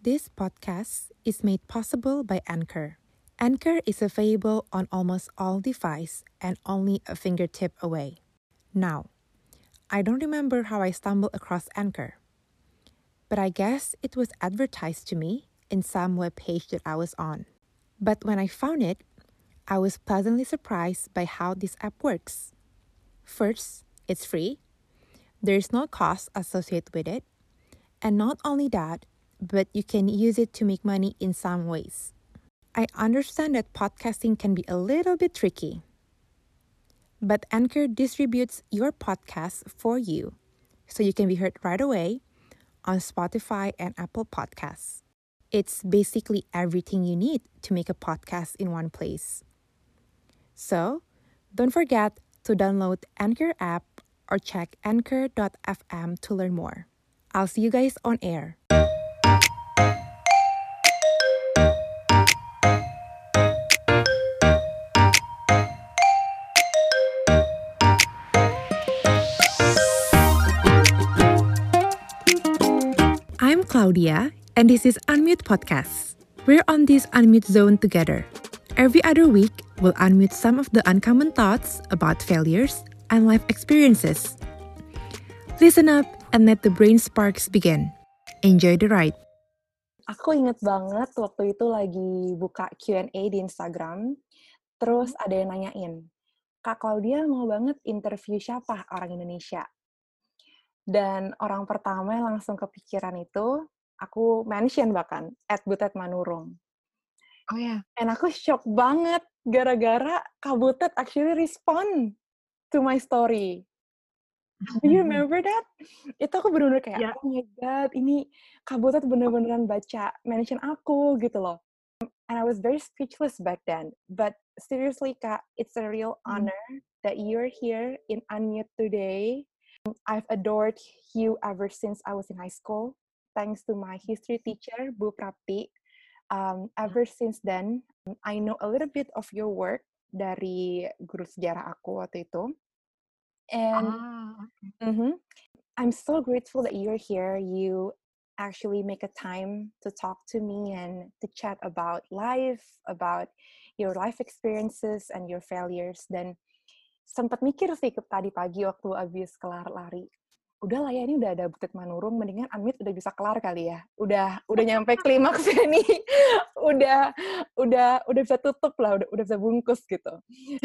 This podcast is made possible by Anchor. Anchor is available on almost all devices and only a fingertip away. Now, I don't remember how I stumbled across Anchor, but I guess it was advertised to me in some web page that I was on. But when I found it, I was pleasantly surprised by how this app works. First, it's free. There's no cost associated with it. And not only that, but you can use it to make money in some ways. I understand that podcasting can be a little bit tricky, but Anchor distributes your podcast for you so you can be heard right away on Spotify and Apple Podcasts. It's basically everything you need to make a podcast in one place. So, don't forget to download Anchor app or check anchor.fm to learn more. I'll see you guys on air. I'm Claudia, and this is Unmute Podcast. We're on this unmute zone together. Every other week, we'll unmute some of the uncommon thoughts about failures and life experiences. Listen up and let the brain sparks begin. Enjoy the ride. Aku inget banget waktu itu lagi buka Q&A di Instagram, terus ada yang nanyain, Kak Claudia mau banget interview siapa orang Indonesia? Dan orang pertama yang langsung kepikiran itu, aku mention bahkan, @Butet Manurung. Oh ya, And aku shock banget, gara-gara Kak Butet actually respond to my story. Do you remember that? Itu aku bener-bener kayak, Ya. oh my god, ini Kak Butet bener-beneran baca mention aku gitu loh. And I was very speechless back then. But seriously, Kak, it's a real honor that you're here in Unmute today. I've adored you ever since I was in high school, thanks to my history teacher, Bu Prapti. Ever since then, I know a little bit of your work dari guru sejarah aku waktu itu. And I'm so grateful that you're here. You actually make a time to talk to me and to chat about life, about your life experiences and your failures. Dan sempat mikir sih tadi pagi waktu abis kelar lari. Udah lah ya, ini udah ada Butet Manurung, mendingan Unmute udah bisa kelar kali ya. Udah nyampe klimaks nih. udah bisa tutup lah, udah bisa bungkus gitu.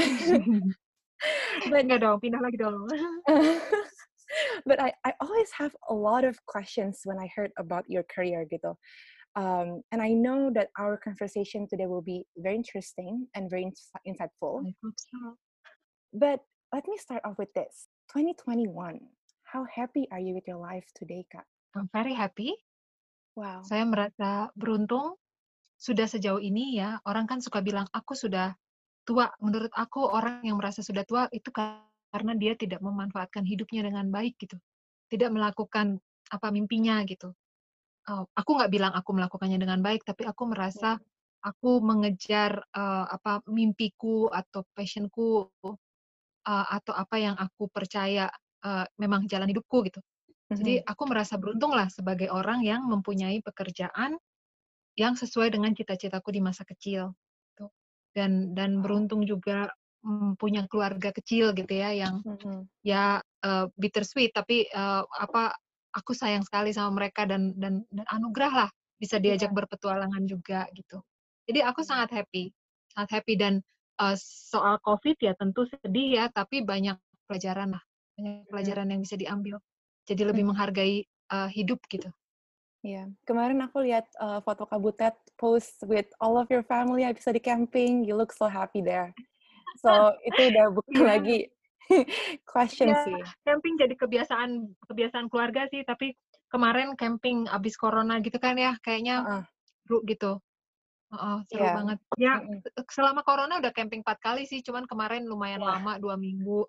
Enggak dong, pindah lagi dong. But I always have a lot of questions when I heard about your career gitu. And I know that our conversation today will be very interesting and very insightful. I hope so. But let me start off with this. 2021. How happy are you with your life today, Kak? I'm very happy. Wow. Saya merasa beruntung sudah sejauh ini ya. Orang kan suka bilang aku sudah tua. Menurut aku orang yang merasa sudah tua itu karena dia tidak memanfaatkan hidupnya dengan baik gitu. Tidak melakukan apa mimpinya gitu. Aku nggak bilang aku melakukannya dengan baik, tapi aku merasa aku mengejar apa mimpiku atau passionku atau apa yang aku percaya memang jalan hidupku gitu. Jadi aku merasa beruntung lah sebagai orang yang mempunyai pekerjaan yang sesuai dengan cita-citaku di masa kecil. Gitu. Dan beruntung juga punya keluarga kecil gitu ya yang ya bittersweet tapi apa aku sayang sekali sama mereka dan anugerah lah bisa diajak berpetualangan juga gitu. Jadi aku sangat happy dan soal COVID ya tentu sedih ya tapi banyak pelajaran lah, banyak pelajaran yang bisa diambil. Jadi lebih menghargai hidup gitu. Iya, kemarin aku lihat foto Kak Butet post with all of your family habis di camping. You look so happy there. So itu udah bukan lagi question sih. Camping jadi kebiasaan keluarga sih, tapi kemarin camping abis corona gitu kan ya, kayaknya seru gitu. Seru banget. Ya, selama corona udah camping 4 kali sih, cuman kemarin lumayan lama, 2 minggu.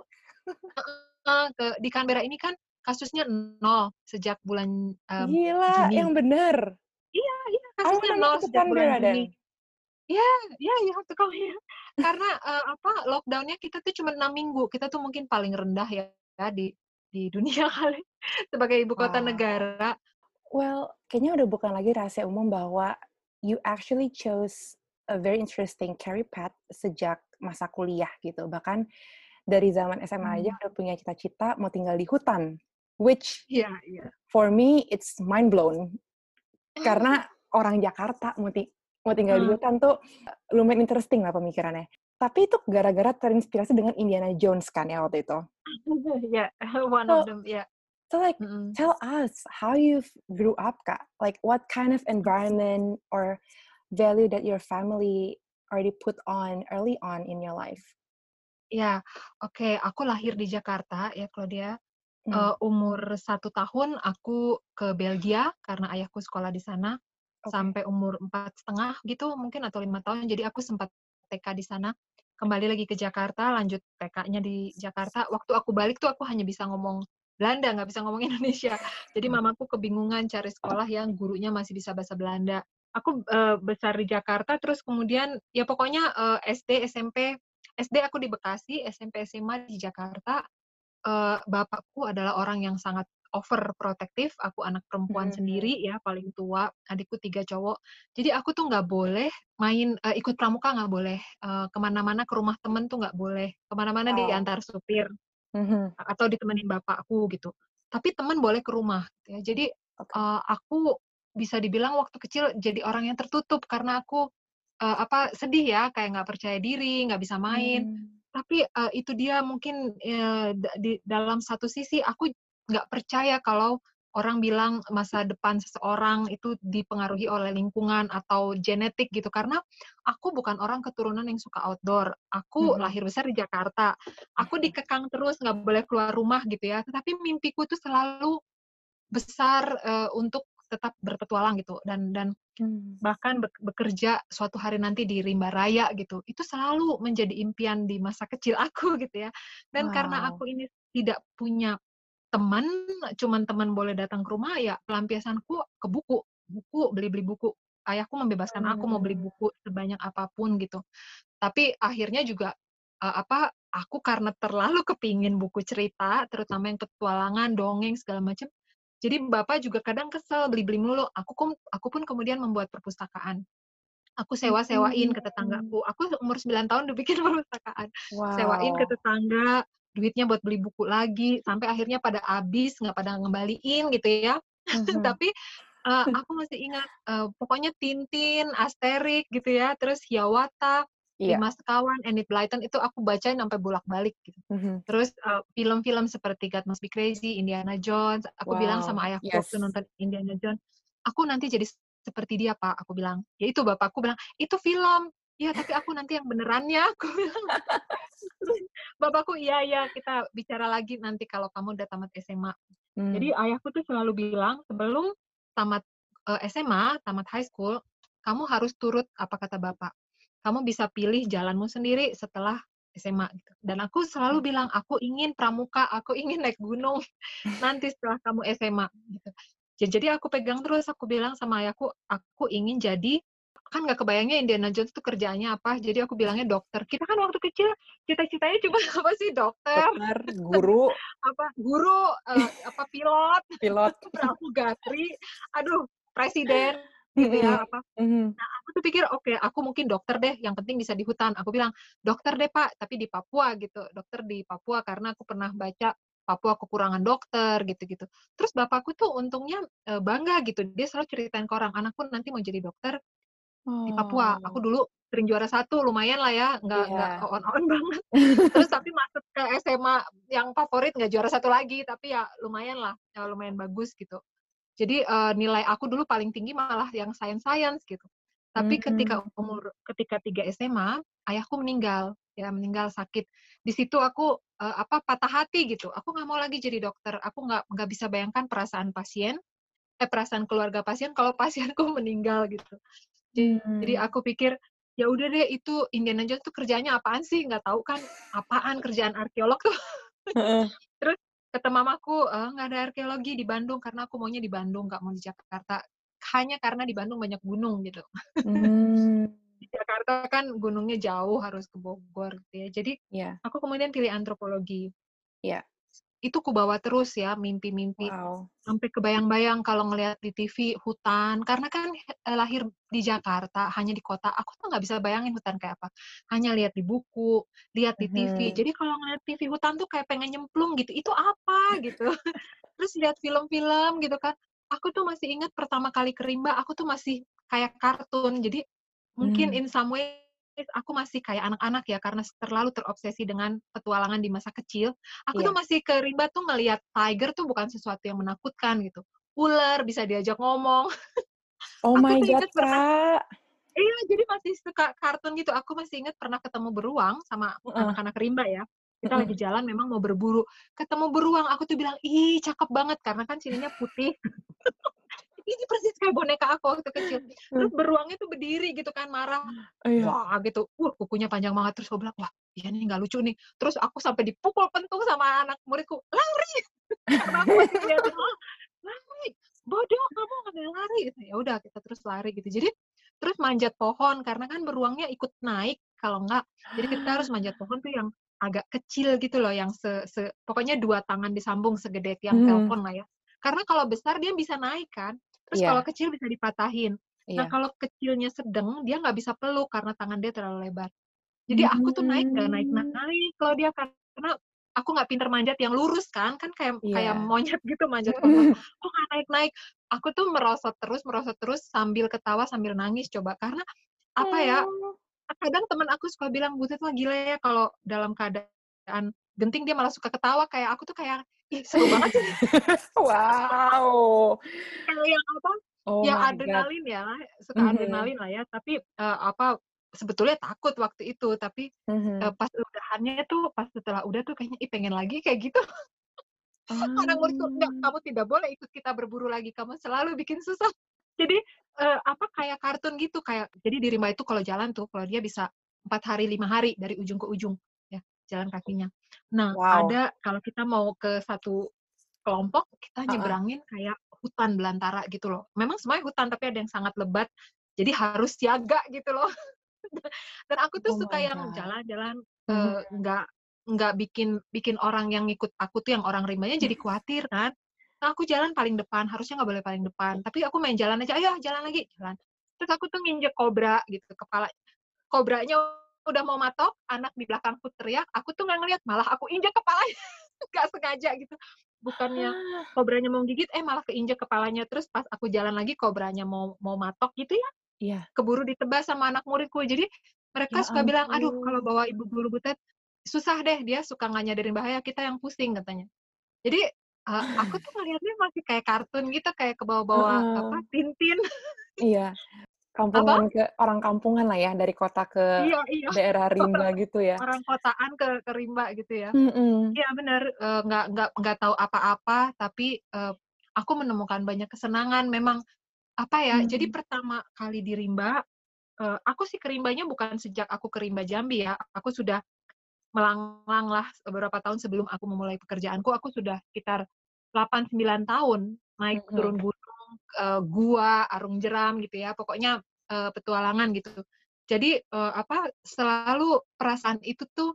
Di Canberra ini kan kasusnya 0 sejak bulan Gila, Juni. yang bener. Iya, kasusnya 0 sejak bulan Juni. Ya, you have to come here. Karena lockdown-nya kita tuh cuma 6 minggu. Kita tuh mungkin paling rendah ya di dunia kali sebagai ibu kota negara. Well, kayaknya udah bukan lagi rahasia umum bahwa you actually chose a very interesting career path sejak masa kuliah gitu. Bahkan dari zaman SMA aja Hmm. udah punya cita-cita mau tinggal di hutan, which Iya, iya. for me it's mind blown. Karena orang Jakarta mau tinggal di Hmm. hutan tuh lumayan interesting lah pemikirannya. Tapi itu gara-gara terinspirasi dengan Indiana Jones kan ya waktu itu. Ya, one of So, them, ya. so like, Mm-mm. tell us how you grew up, Kak. Like, what kind of environment or value that your family already put on early on in your life? Ya, oke. Aku lahir di Jakarta ya, Claudia. Hmm, Umur 1 tahun aku ke Belgia karena ayahku sekolah di sana okay. sampai umur 4,5 gitu mungkin atau 5 tahun. Jadi aku sempat TK di sana. Kembali lagi ke Jakarta, lanjut TK-nya di Jakarta. Waktu aku balik tuh aku hanya bisa ngomong Belanda, nggak bisa ngomong Indonesia. Jadi mamaku kebingungan cari sekolah yang gurunya masih bisa bahasa Belanda. Aku besar di Jakarta, terus kemudian ya pokoknya SD, SMP, SD aku di Bekasi, SMP, SMA di Jakarta. Bapakku adalah orang yang sangat overprotective, aku anak perempuan Mhm. sendiri ya, paling tua, adikku 3 cowok. Jadi aku tuh nggak boleh main ikut pramuka nggak boleh, ke mana-mana ke rumah temen tuh nggak boleh, ke mana-mana Wow. diantar supir Mhm. atau ditemenin bapakku gitu. Tapi temen boleh ke rumah gitu ya. Jadi, Okay. aku bisa dibilang waktu kecil jadi orang yang tertutup karena aku, sedih ya, kayak nggak percaya diri, nggak bisa main. Hmm. Tapi, itu dia mungkin, di dalam satu sisi aku nggak percaya kalau orang bilang masa depan seseorang itu dipengaruhi oleh lingkungan atau genetik gitu, karena aku bukan orang keturunan yang suka outdoor. Aku Mhm. lahir besar di Jakarta, aku dikekang terus nggak boleh keluar rumah gitu ya, tetapi mimpiku tuh selalu besar, untuk tetap berpetualang gitu dan Hmm. bahkan bekerja suatu hari nanti di rimba raya gitu, itu selalu menjadi impian di masa kecil aku gitu ya. Dan karena Wow. aku ini tidak punya teman, cuman teman boleh datang ke rumah, ya pelampiasanku ke buku, beli-beli buku. Ayahku membebaskan aku mau beli Hmm. buku sebanyak apapun gitu. Tapi akhirnya juga, aku karena terlalu kepingin buku cerita, terutama yang petualangan, dongeng, segala macam, jadi bapak juga kadang kesel beli-beli mulu. Aku pun kemudian membuat perpustakaan. Aku sewa-sewain ke Hmm. tetanggaku. Aku umur 9 tahun udah bikin perpustakaan. Sewain ke Wow. tetangga, duitnya buat beli buku lagi, sampai akhirnya pada habis, nggak pada ngembaliin gitu ya. Mhm. Tapi, aku masih ingat, pokoknya Tintin, Asterix gitu ya, terus Hiawatha, Iya. Lima Sekawan, Enid Blyton itu aku bacain sampai bolak-balik gitu. Mhm. Terus, film-film seperti God Must Be Crazy, Indiana Jones, aku bilang sama Wow. ayahku waktu Yes. nonton Indiana Jones, "Aku nanti jadi seperti dia, Pak," aku bilang. Ya itu bapakku bilang, "Itu film." "Iya, tapi aku nanti yang benerannya," aku bilang. Terus bapakku, "Iya, iya, kita bicara lagi nanti kalau kamu udah tamat SMA." Hmm. Jadi ayahku tuh selalu bilang, "Sebelum tamat, SMA, tamat high school, kamu harus turut apa kata bapak. Kamu bisa pilih jalanmu sendiri setelah SMA," gitu. Dan aku selalu bilang, "Aku ingin pramuka, aku ingin naik gunung nanti setelah kamu SMA," gitu. Jadi aku pegang terus, aku bilang sama ayahku, "Aku ingin jadi" kan nggak kebayangnya Indiana Jones tuh kerjaannya apa, jadi aku bilangnya dokter. Kita kan waktu kecil cita-citanya cuma apa sih, dokter, Dokter, guru, guru, pilot, pilot. pramugari, aduh, presiden gitu Mhm. ya, Mhm. aku tuh pikir, "Oke, aku mungkin dokter deh, yang penting bisa di hutan." Aku bilang, "Dokter deh, Pak, tapi di Papua," gitu. Dokter di Papua karena aku pernah baca Papua kekurangan dokter gitu-gitu. Terus bapakku tuh untungnya, bangga gitu, dia selalu ceritain ke orang, "Anakku nanti mau jadi dokter di Papua." Aku Oh. dulu sering juara satu, lumayan lah ya, nggak Iya. on-on banget. Terus tapi masuk ke SMA yang favorit nggak juara satu lagi, tapi ya lumayan lah, lumayan bagus gitu. Jadi, nilai aku dulu paling tinggi malah yang sains-sains gitu. Tapi Mmm. ketika 3 SMA, ayahku meninggal, ya meninggal sakit. Di situ aku, patah hati gitu, aku nggak mau lagi jadi dokter, aku nggak bisa bayangkan perasaan keluarga pasien kalau pasienku meninggal gitu. Jadi Mmm. aku pikir, ya udah deh itu Indiana Jones tuh kerjanya apaan sih, nggak tahu kan apaan kerjaan arkeolog tuh. Heeh. Terus kata mamaku, "Nggak ada arkeologi di Bandung," karena aku maunya di Bandung, nggak mau di Jakarta. Hanya karena di Bandung banyak gunung gitu. Mmm. Di Jakarta kan gunungnya jauh, harus ke Bogor gitu ya. Jadi Iya, aku kemudian pilih antropologi. iya. itu kubawa terus ya mimpi-mimpi. Wow. Sampai kebayang-bayang kalau ngelihat di TV hutan, karena kan lahir di Jakarta, hanya di kota, aku tuh nggak bisa bayangin hutan kayak apa. Hanya lihat di buku, lihat di TV. Mhm. Jadi kalau ngeliat TV hutan tuh kayak pengen nyemplung gitu. Itu apa gitu. Terus lihat film-film gitu kan. Aku tuh masih ingat pertama kali ke rimba, aku tuh masih kayak kartun. Jadi mungkin Mmm, in some ways aku masih kayak anak-anak ya, karena terlalu terobsesi dengan petualangan di masa kecil. Aku tuh iya. masih ke rimba tuh ngelihat tiger tuh bukan sesuatu yang menakutkan gitu. Ular bisa diajak ngomong. Oh Aku my tuh God, ingat pernah Kak. iya, jadi masih suka kartun gitu. Aku masih ingat pernah ketemu beruang sama Heeh, anak-anak rimba ya. Kita lagi mhm. jalan memang mau berburu. Ketemu beruang, aku tuh bilang, "Ih, cakep banget," karena kan sininya putih. Ini persis kayak boneka aku waktu kecil. Mmm, Terus beruangnya tuh berdiri gitu kan, marah. iya. Wah, gitu. Kukunya panjang banget. Terus aku bilang, "Wah, iya nih nggak lucu nih." Terus aku sampai dipukul pentung sama anak muridku, "Lari!" Karena aku masih ngeliatin, "Oh, lari! Bodoh, kamu nggak lari!" Gitu. Ya udah kita terus lari gitu. Jadi terus manjat pohon karena kan beruangnya ikut naik kalau enggak. Jadi kita harus manjat pohon tuh yang agak kecil gitu loh, yang pokoknya 2 tangan disambung segede tiang Mhm, telepon lah ya. Karena kalau besar dia bisa naik kan, terus kalau iya kecil bisa dipatahin. Nah, iya. kalau kecilnya sedang, dia nggak bisa peluk karena tangan dia terlalu lebar. Jadi aku tuh naik nggak Mmm, naik-naik kalau dia karena aku nggak pinter manjat yang lurus kan, kan kayak kayak iya. monyet gitu manjat pohon. Mhm. Kok nggak naik-naik. Aku tuh merosot terus sambil ketawa sambil nangis coba. Karena apa ya, Oh. kadang temen aku suka bilang, "Butet mah gila ya kalau dalam keadaan genting dia malah suka ketawa." Kayak aku tuh kayak, "Ih, seru banget sih." Wow. Kayak yang apa, Oh ya my God. adrenalin ya, suka Mhm adrenalin lah ya, tapi, apa, sebetulnya takut waktu itu, tapi, mhm. pas udahannya tuh, pas setelah udah tuh kayaknya, "Ih, pengen lagi kayak gitu." Anak muridku, "Enggak, Oh. kamu tidak boleh ikut kita berburu lagi, kamu selalu bikin susah." Jadi, apa, kayak kartun gitu, kayak jadi di rimba itu kalau jalan tuh, kalau dia bisa 4 hari, 5 hari dari ujung ke ujung, ya, jalan kakinya. Nah, Wow. ada kalau kita mau ke satu kelompok, kita Heeh. nyebrangin kayak hutan belantara gitu loh. Memang semuanya hutan, tapi ada yang sangat lebat, jadi harus siaga gitu loh. Dan aku tuh Oh suka my yang God. jalan-jalan, Mhm. nggak bikin bikin orang yang ngikut aku tuh, yang orang rimbanya jadi khawatir kan. Nah, aku jalan paling depan, harusnya nggak boleh paling depan, tapi aku main jalan aja, "Ayo jalan lagi," jalan. Terus aku tuh nginjek kobra gitu, kobranya udah mau matok, anak di belakangku teriak, aku tuh nggak ngeliat, malah aku injek kepalanya, nggak sengaja gitu. Bukannya kobranya mau gigit, malah keinjek kepalanya. Terus pas aku jalan lagi, kobranya mau mau matok gitu ya, Iya. keburu ditebas sama anak muridku. Jadi mereka Ya suka bilang, "Aduh, kalau ampun. bawa ibu guru butet, susah deh, dia suka nggak nyadarin bahaya, kita yang pusing," katanya. Jadi, aku tuh ngeliatnya masih kayak kartun gitu, kayak kebawa-bawa Heeh. apa, Tintin. Iya. Apa? Kampungan ke orang kampungan lah ya, dari kota ke Iya iya, daerah rimba orang gitu ya? orang kotaan ke rimba gitu ya. Mhm. Iya bener, nggak tahu apa-apa, tapi, aku menemukan banyak kesenangan. Memang, apa ya, jadi Mmm. pertama kali di rimba, aku sih ke rimbanya bukan sejak aku ke Rimba Jambi ya, aku sudah melanglang lah beberapa tahun sebelum aku memulai pekerjaanku, aku sudah sekitar 8, 9 tahun naik Mhm. turun gunung, gua, arung jeram gitu ya, pokoknya, petualangan gitu. Jadi, apa, selalu perasaan itu tuh,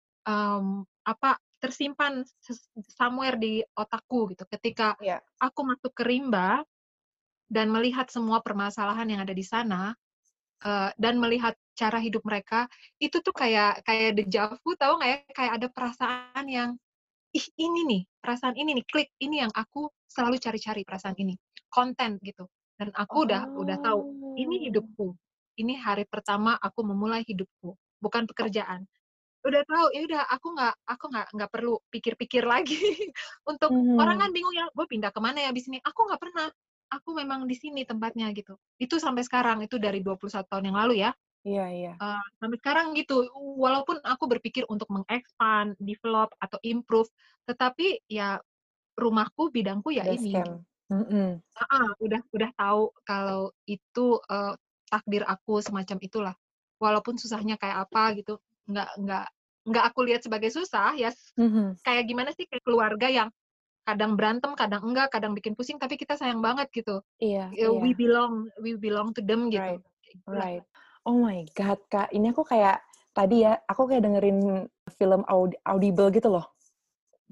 apa, tersimpan somewhere di otakku gitu. Ketika Iya. aku masuk ke rimba dan melihat semua permasalahan yang ada di sana, dan melihat cara hidup mereka, itu tuh kayak kayak deja vu tahu nggak ya? Kayak ada perasaan yang, "Ih, ini nih, perasaan ini nih, klik, ini yang aku selalu cari-cari perasaan ini." Konten gitu. Dan aku udah tahu, ini Oh. hidupku, ini hari pertama aku memulai hidupku, bukan pekerjaan. Udah tahu, ya udah aku nggak perlu pikir-pikir lagi untuk orang Mhm. kan bingung ya, "Gue pindah ke mana ya abis ini?" Aku nggak pernah. Aku memang di sini tempatnya gitu. Itu sampai sekarang, itu dari 21 tahun yang lalu ya. Iya iya. Sampai sekarang gitu, walaupun aku berpikir untuk meng-expand, develop, atau improve, tetapi ya rumahku, bidangku ya Base ini gitu. camp. Mhm. Heeh, udah tahu kalau itu, takdir aku semacam itulah. Walaupun susahnya kayak apa gitu, nggak nggak aku lihat sebagai susah, ya Mhm. kayak gimana sih, kayak keluarga yang kadang berantem, kadang enggak, kadang bikin pusing, tapi kita sayang banget gitu. Iya iya. We belong to them gitu, Right kayak gitulah. right. Oh my God, Kak, ini aku kayak tadi ya, aku kayak dengerin film Audible gitu loh.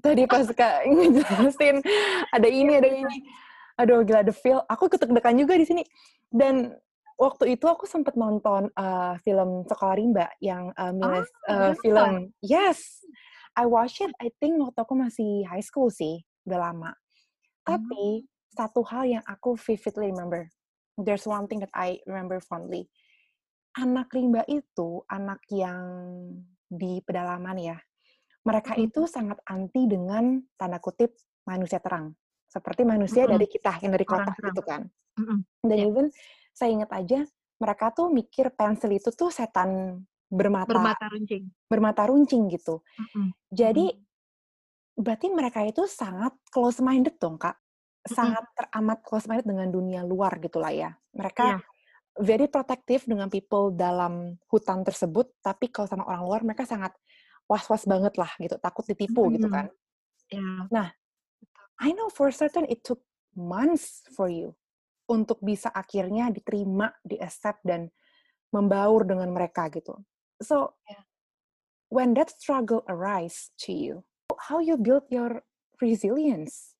tadi pas Kak ngejelasin ada ini, ada ini. Aduh, gila, the feel. Aku ketek-dekan juga di sini. Dan waktu itu aku sempat nonton film Sekolah Rimba yang Miles bener. film. Yes, I watched it. I think waktu aku masih high school sih, udah lama. Tapi satu hal yang aku vividly remember. There's one thing that I remember fondly. Anak rimba itu anak yang di pedalaman ya. Mereka itu sangat anti dengan tanda kutip manusia terang. Seperti manusia dari kita yang dari Orang kota terang. gitu kan. Dan Ya. even saya ingat aja mereka tuh mikir pensil itu tuh setan Bermata runcing. bermata runcing gitu. Jadi berarti mereka itu sangat close minded dong, Kak. Sangat teramat close minded dengan dunia luar gitulah ya. Mereka Iya. very protective dengan people dalam hutan tersebut, tapi kalau sama orang luar mereka sangat was-was banget lah gitu, takut ditipu gitu kan. Ya. Nah, I know for certain it took months for you untuk bisa akhirnya diterima, di-accept, dan membaur dengan mereka gitu. So, when that struggle arise to you, how you build your resilience?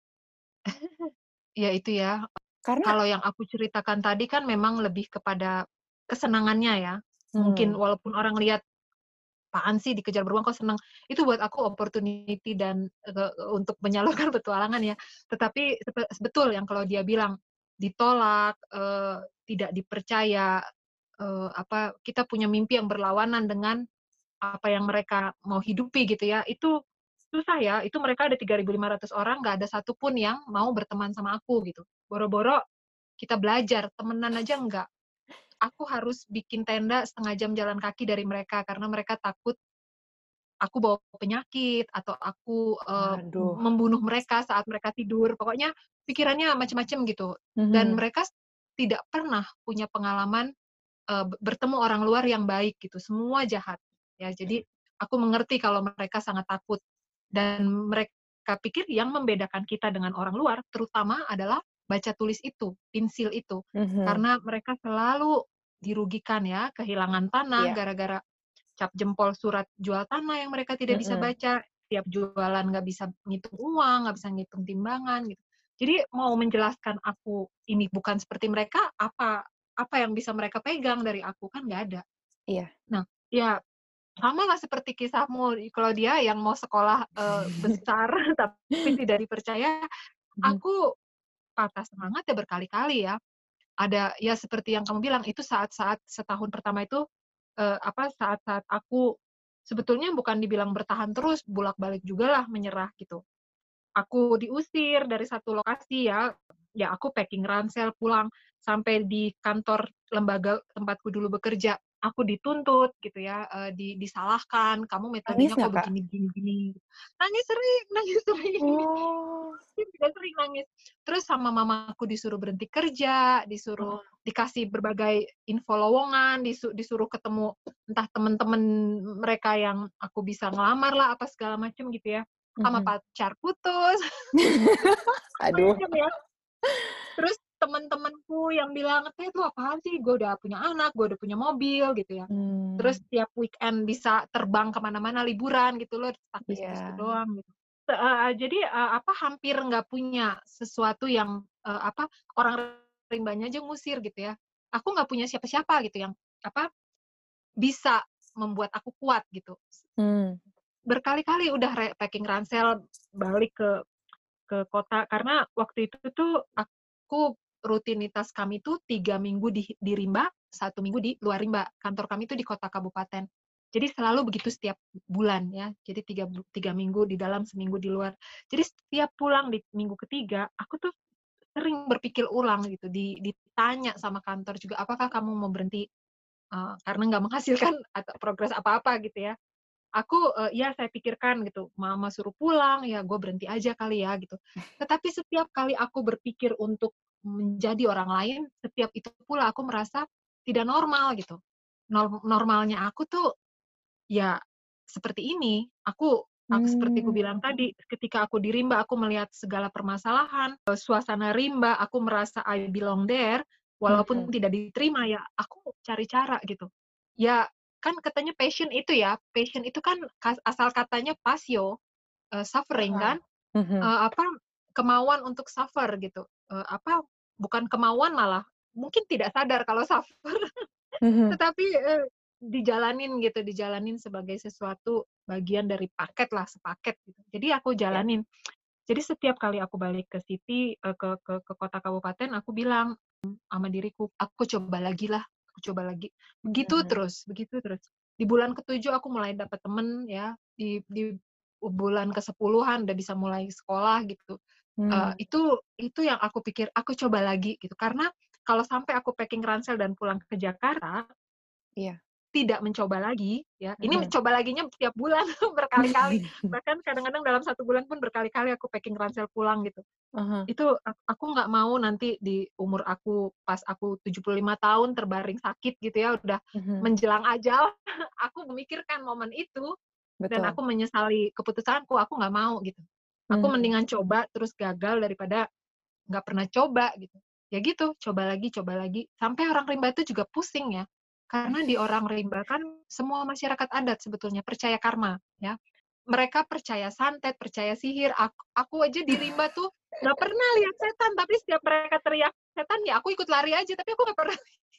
Ya itu ya. Karena Kalau yang aku ceritakan tadi kan memang lebih kepada kesenangannya ya. Mungkin walaupun orang lihat apaan sih dikejar beruang kok seneng. Itu buat aku opportunity dan untuk menyalurkan petualangan ya. Tetapi betul yang kalau dia bilang ditolak, tidak dipercaya, kita punya mimpi yang berlawanan dengan apa yang mereka mau hidupi gitu ya. Itu susah ya. Itu mereka ada 3.500 orang, nggak ada satupun yang mau berteman sama aku gitu. Boro-boro kita belajar, temenan aja enggak. Aku harus bikin tenda setengah jam jalan kaki dari mereka karena mereka takut aku bawa penyakit atau aku aduh. membunuh mereka saat mereka tidur. Pokoknya pikirannya macam-macam gitu. Dan mereka tidak pernah punya pengalaman bertemu orang luar yang baik gitu. Semua jahat. Ya, jadi aku mengerti kalau mereka sangat takut dan mereka pikir yang membedakan kita dengan orang luar terutama adalah baca tulis itu, pensil itu. Karena mereka selalu dirugikan ya, kehilangan tanah gara-gara cap jempol surat jual tanah yang mereka tidak bisa baca, tiap jualan nggak bisa ngitung uang, nggak bisa ngitung timbangan gitu. Jadi mau menjelaskan aku ini bukan seperti mereka, apa yang bisa mereka pegang dari aku kan nggak ada. Iya. Nah, ya sama lah seperti kisahmu. Kalau dia yang mau sekolah besar tapi tidak dipercaya, aku patah semangat ya berkali-kali ya. Ada ya seperti yang kamu bilang itu saat-saat setahun pertama itu saat-saat aku sebetulnya bukan dibilang bertahan terus, bolak-balik juga lah menyerah gitu. Aku diusir dari satu lokasi ya aku packing ransel pulang sampai di kantor lembaga tempatku dulu bekerja, aku dituntut gitu ya, disalahkan, "Kamu Nangis metodenya nggak, kok Kak? begini gini gini." Nangis sering nangis sering. Oh. Juga sering nangis. Terus sama mamaku disuruh berhenti kerja, disuruh dikasih berbagai info lowongan, disuruh ketemu entah teman-teman mereka yang aku bisa ngelamar lah apa segala macam gitu ya. Sama pacar putus, Aduh. macam ya. Terus teman-temanku yang bilang, "Teh, lu apaan sih? Gue udah punya anak, gue udah punya mobil," gitu ya. Terus tiap weekend bisa terbang kemana-mana liburan gitu loh, stuck di situ-situ doang gitu. Jadi hampir nggak punya sesuatu yang orang rimbanya aja ngusir gitu ya. Aku nggak punya siapa-siapa gitu yang bisa membuat aku kuat gitu. Berkali-kali udah packing ransel balik ke kota karena waktu itu tuh aku rutinitas kami tuh 3 minggu di Rimba, 1 minggu di luar Rimba. Kantor kami tuh di kota kabupaten. Jadi selalu begitu setiap bulan ya. Jadi 3 minggu di dalam, seminggu di luar. Jadi setiap pulang di minggu ketiga, aku tuh sering berpikir ulang gitu. Ditanya sama kantor juga, apakah kamu mau berhenti karena nggak menghasilkan atau progres apa-apa gitu ya. Aku, ya saya pikirkan gitu, mama suruh pulang, ya gue berhenti aja kali ya gitu. Tetapi setiap kali aku berpikir untuk menjadi orang lain, setiap itu pula aku merasa tidak normal gitu. Normalnya aku tuh ya seperti ini. Aku seperti ku bilang tadi, ketika aku di rimba, aku melihat segala permasalahan, suasana rimba, aku merasa I belong there, walaupun tidak diterima ya, aku cari cara gitu. Ya kan katanya passion itu ya, passion itu kan asal katanya pasio. suffering kan, Mhm. apa, kemauan untuk suffer gitu, apa, bukan kemauan malah, mungkin tidak sadar kalau suffer, Mhm. tetapi, dijalanin gitu, dijalanin sebagai sesuatu bagian dari paket lah, sepaket gitu. Jadi aku Ya. jalanin. Jadi setiap kali aku balik ke city, ke kota kabupaten, aku bilang sama diriku, "Aku coba lagi lah, aku coba lagi." Begitu Mhm. terus begitu terus. Di bulan ke-7 aku mulai dapat temen ya, di bulan ke-10-an udah bisa mulai sekolah gitu. Mmm. Itu yang aku pikir, aku coba lagi gitu. Karena kalau sampai aku packing ransel dan pulang ke Jakarta, Iya. tidak mencoba lagi ya, ini Mhm. coba laginya tiap bulan berkali-kali, bahkan kadang-kadang dalam 1 bulan pun berkali-kali aku packing ransel pulang gitu. Ah hah. Itu aku nggak mau nanti di umur aku pas aku 75 tahun terbaring sakit gitu ya, udah Mhm. menjelang ajal, aku memikirkan momen itu dan Betul. aku menyesali keputusanku, aku nggak mau gitu. Aku Mhm. mendingan coba terus gagal daripada nggak pernah coba gitu. Ya gitu, coba lagi, sampai orang rimba itu juga pusing ya. Karena di orang rimba kan semua masyarakat adat sebetulnya percaya karma ya. Mereka percaya santet, percaya sihir. Aku aja di rimba tuh nggak pernah lihat setan, tapi setiap mereka teriak setan, ya aku ikut lari aja, tapi aku nggak pernah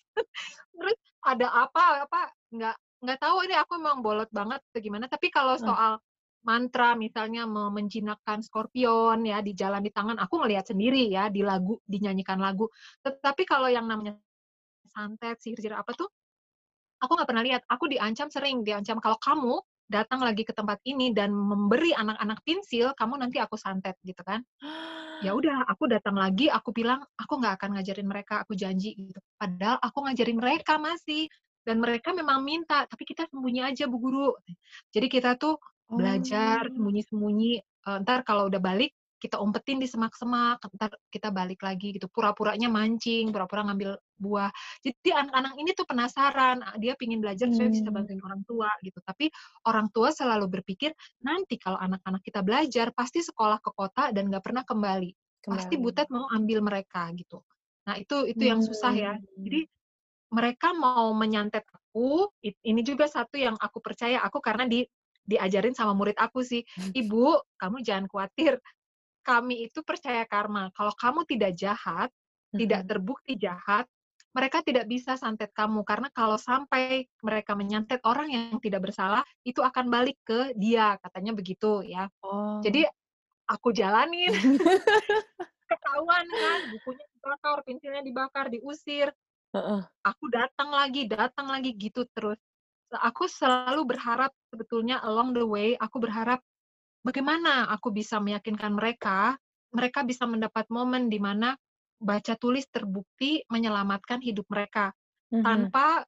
terus ada apa, nggak tahu ini aku emang bolot banget atau gimana, tapi kalau Ah. soal mantra misalnya menjinakkan skorpion ya di jalan di tangan, aku ngelihat sendiri ya di lagu, dinyanyikan lagu. Tetapi kalau yang namanya santet, sihir-sihir apa tuh, aku nggak pernah lihat. Aku sering diancam, "Kalau kamu datang lagi ke tempat ini dan memberi anak-anak pensil, kamu nanti aku santet," gitu kan. Ya udah, aku datang lagi, aku bilang, "Aku nggak akan ngajarin mereka, aku janji," gitu. Padahal aku ngajarin mereka masih, dan mereka memang minta, "Tapi kita sembunyi aja Bu Guru." Jadi kita tuh belajar Oh. sembunyi-sembunyi, entar kalau udah balik, kita umpetin di semak-semak, entar kita balik lagi gitu, pura-puranya mancing, pura-pura ngambil buah. Jadi anak-anak ini tuh penasaran, dia pengen belajar supaya bisa Mmm. bantuin orang tua gitu. Tapi orang tua selalu berpikir, nanti kalau anak-anak kita belajar, pasti sekolah ke kota dan nggak pernah kembali. Pasti Kembali. Butet mau ambil mereka gitu. Nah itu yang susah ya. Mmm. Jadi mereka mau menyantet aku, ini juga satu yang aku percaya, aku karena diajarin sama murid aku sih, "Ibu, kamu jangan khawatir, kami itu percaya karma. Kalau kamu tidak jahat, tidak Mhm. terbukti jahat, mereka tidak bisa santet kamu. Karena kalau sampai mereka menyantet orang yang tidak bersalah, itu akan balik ke dia," katanya begitu ya. Oh. Jadi aku jalanin, ketahuan kan, bukunya dibakar, pensilnya dibakar, diusir. Heeh. Aku datang lagi gitu terus. Aku selalu berharap sebetulnya along the way, aku berharap bagaimana aku bisa meyakinkan mereka, mereka bisa mendapat momen di mana baca tulis terbukti menyelamatkan hidup mereka. Mhm. Tanpa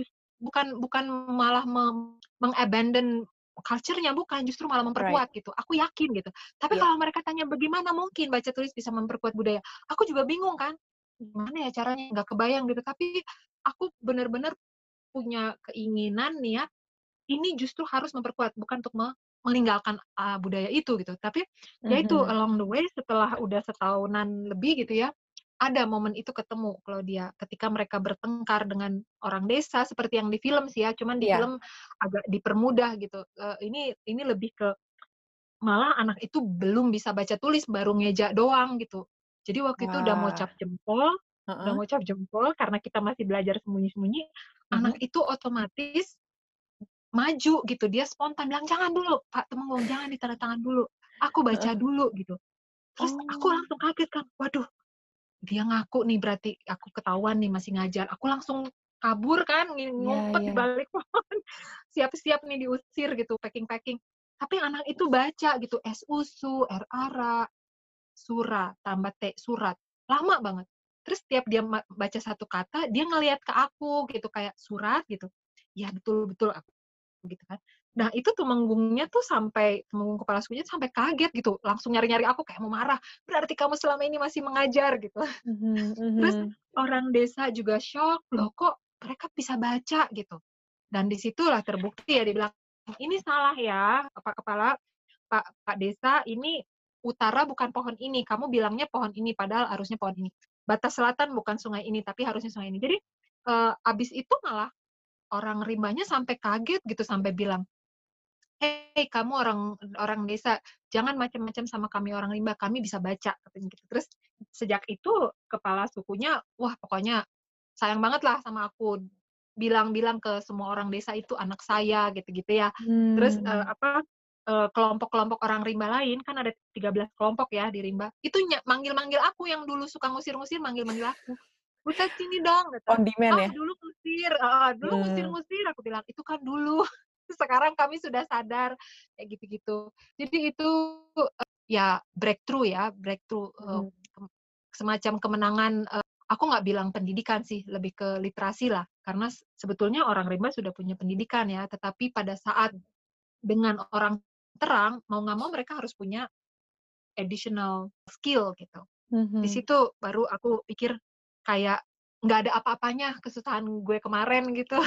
bukan bukan malah meng-abandon culture-nya, bukan, justru malah Right. memperkuat gitu. Aku yakin gitu. Tapi Iya. kalau mereka tanya, "Bagaimana mungkin baca tulis bisa memperkuat budaya?" Aku juga bingung kan, gimana ya caranya, nggak kebayang gitu. Tapi aku benar-benar punya keinginan, niat, ini justru harus memperkuat, bukan untuk meninggalkan, budaya itu gitu. Tapi ya itu Mhm. along the way setelah udah setahunan lebih gitu ya, ada momen itu ketemu Claudia, ketika mereka bertengkar dengan orang desa seperti yang di film sih ya, cuman di Iya. film agak dipermudah gitu. Ini lebih ke malah anak itu belum bisa baca tulis, baru ngeja doang gitu. Jadi waktu itu Wah. udah Heeh. mau cap jempol karena kita masih belajar sembunyi-sembunyi, anak Mhm. itu otomatis maju gitu, dia spontan bilang, "Jangan dulu Pak Temenggung, jangan ditandatangan dulu, aku baca Heeh. dulu," gitu. Terus aku Oh. langsung kaget kan, waduh, dia ngaku nih berarti aku ketahuan nih masih ngajar. Aku langsung kabur kan, Iya, ngumpet di iya. balik pohon, siap-siap nih diusir gitu, packing-packing. Tapi anak itu baca gitu, es usu, er ara, sura, tambah te, surat. Lama banget. Terus tiap dia baca satu kata, dia ngelihat ke aku gitu, kayak, "Surat?" gitu. "Ya betul betul," aku gitu kan. Nah itu Tumenggungnya tuh Temenggung kepala sukunya sampai kaget gitu, langsung nyari-nyari aku kayak mau marah, "Berarti kamu selama ini masih mengajar?" gitu. Mhm, Terus mhm. orang desa juga syok, "Loh kok mereka bisa baca?" gitu. Dan di situlah terbukti ya dibilang, "Ini salah ya, Pak Kepala, Pak Pak Desa, ini utara bukan pohon ini, kamu bilangnya pohon ini, padahal harusnya pohon ini. Batas selatan bukan sungai ini, tapi harusnya sungai ini." Jadi, abis itu malah orang rimbanya sampai kaget gitu, sampai bilang, "Hei, kamu orang orang desa, jangan macam-macam sama kami orang rimba, kami bisa baca," katanya gitu. Terus sejak itu kepala sukunya, wah pokoknya sayang banget lah sama aku, bilang-bilang ke semua orang desa itu anak saya gitu-gitu ya. Terus, Hmm. kelompok-kelompok orang rimba lain, kan ada 13 kelompok ya di rimba, itu manggil-manggil aku yang dulu suka ngusir-ngusir, manggil-manggil aku, "Butet sini dong," kata, On demand "Ah, ya? dulu ngusir," heeh, "dulu Hmm. ngusir-ngusir," aku bilang, "itu kan dulu, sekarang kami sudah sadar," kayak gitu-gitu. Jadi itu, ya breakthrough ya, breakthrough, Mhm. semacam kemenangan, aku nggak bilang pendidikan sih, lebih ke literasi lah, karena sebetulnya orang rimba sudah punya pendidikan ya, tetapi pada saat dengan orang terang, mau nggak mau mereka harus punya additional skill gitu. Di Mhm. situ baru aku pikir kayak nggak ada apa-apanya kesusahan gue kemarin gitu.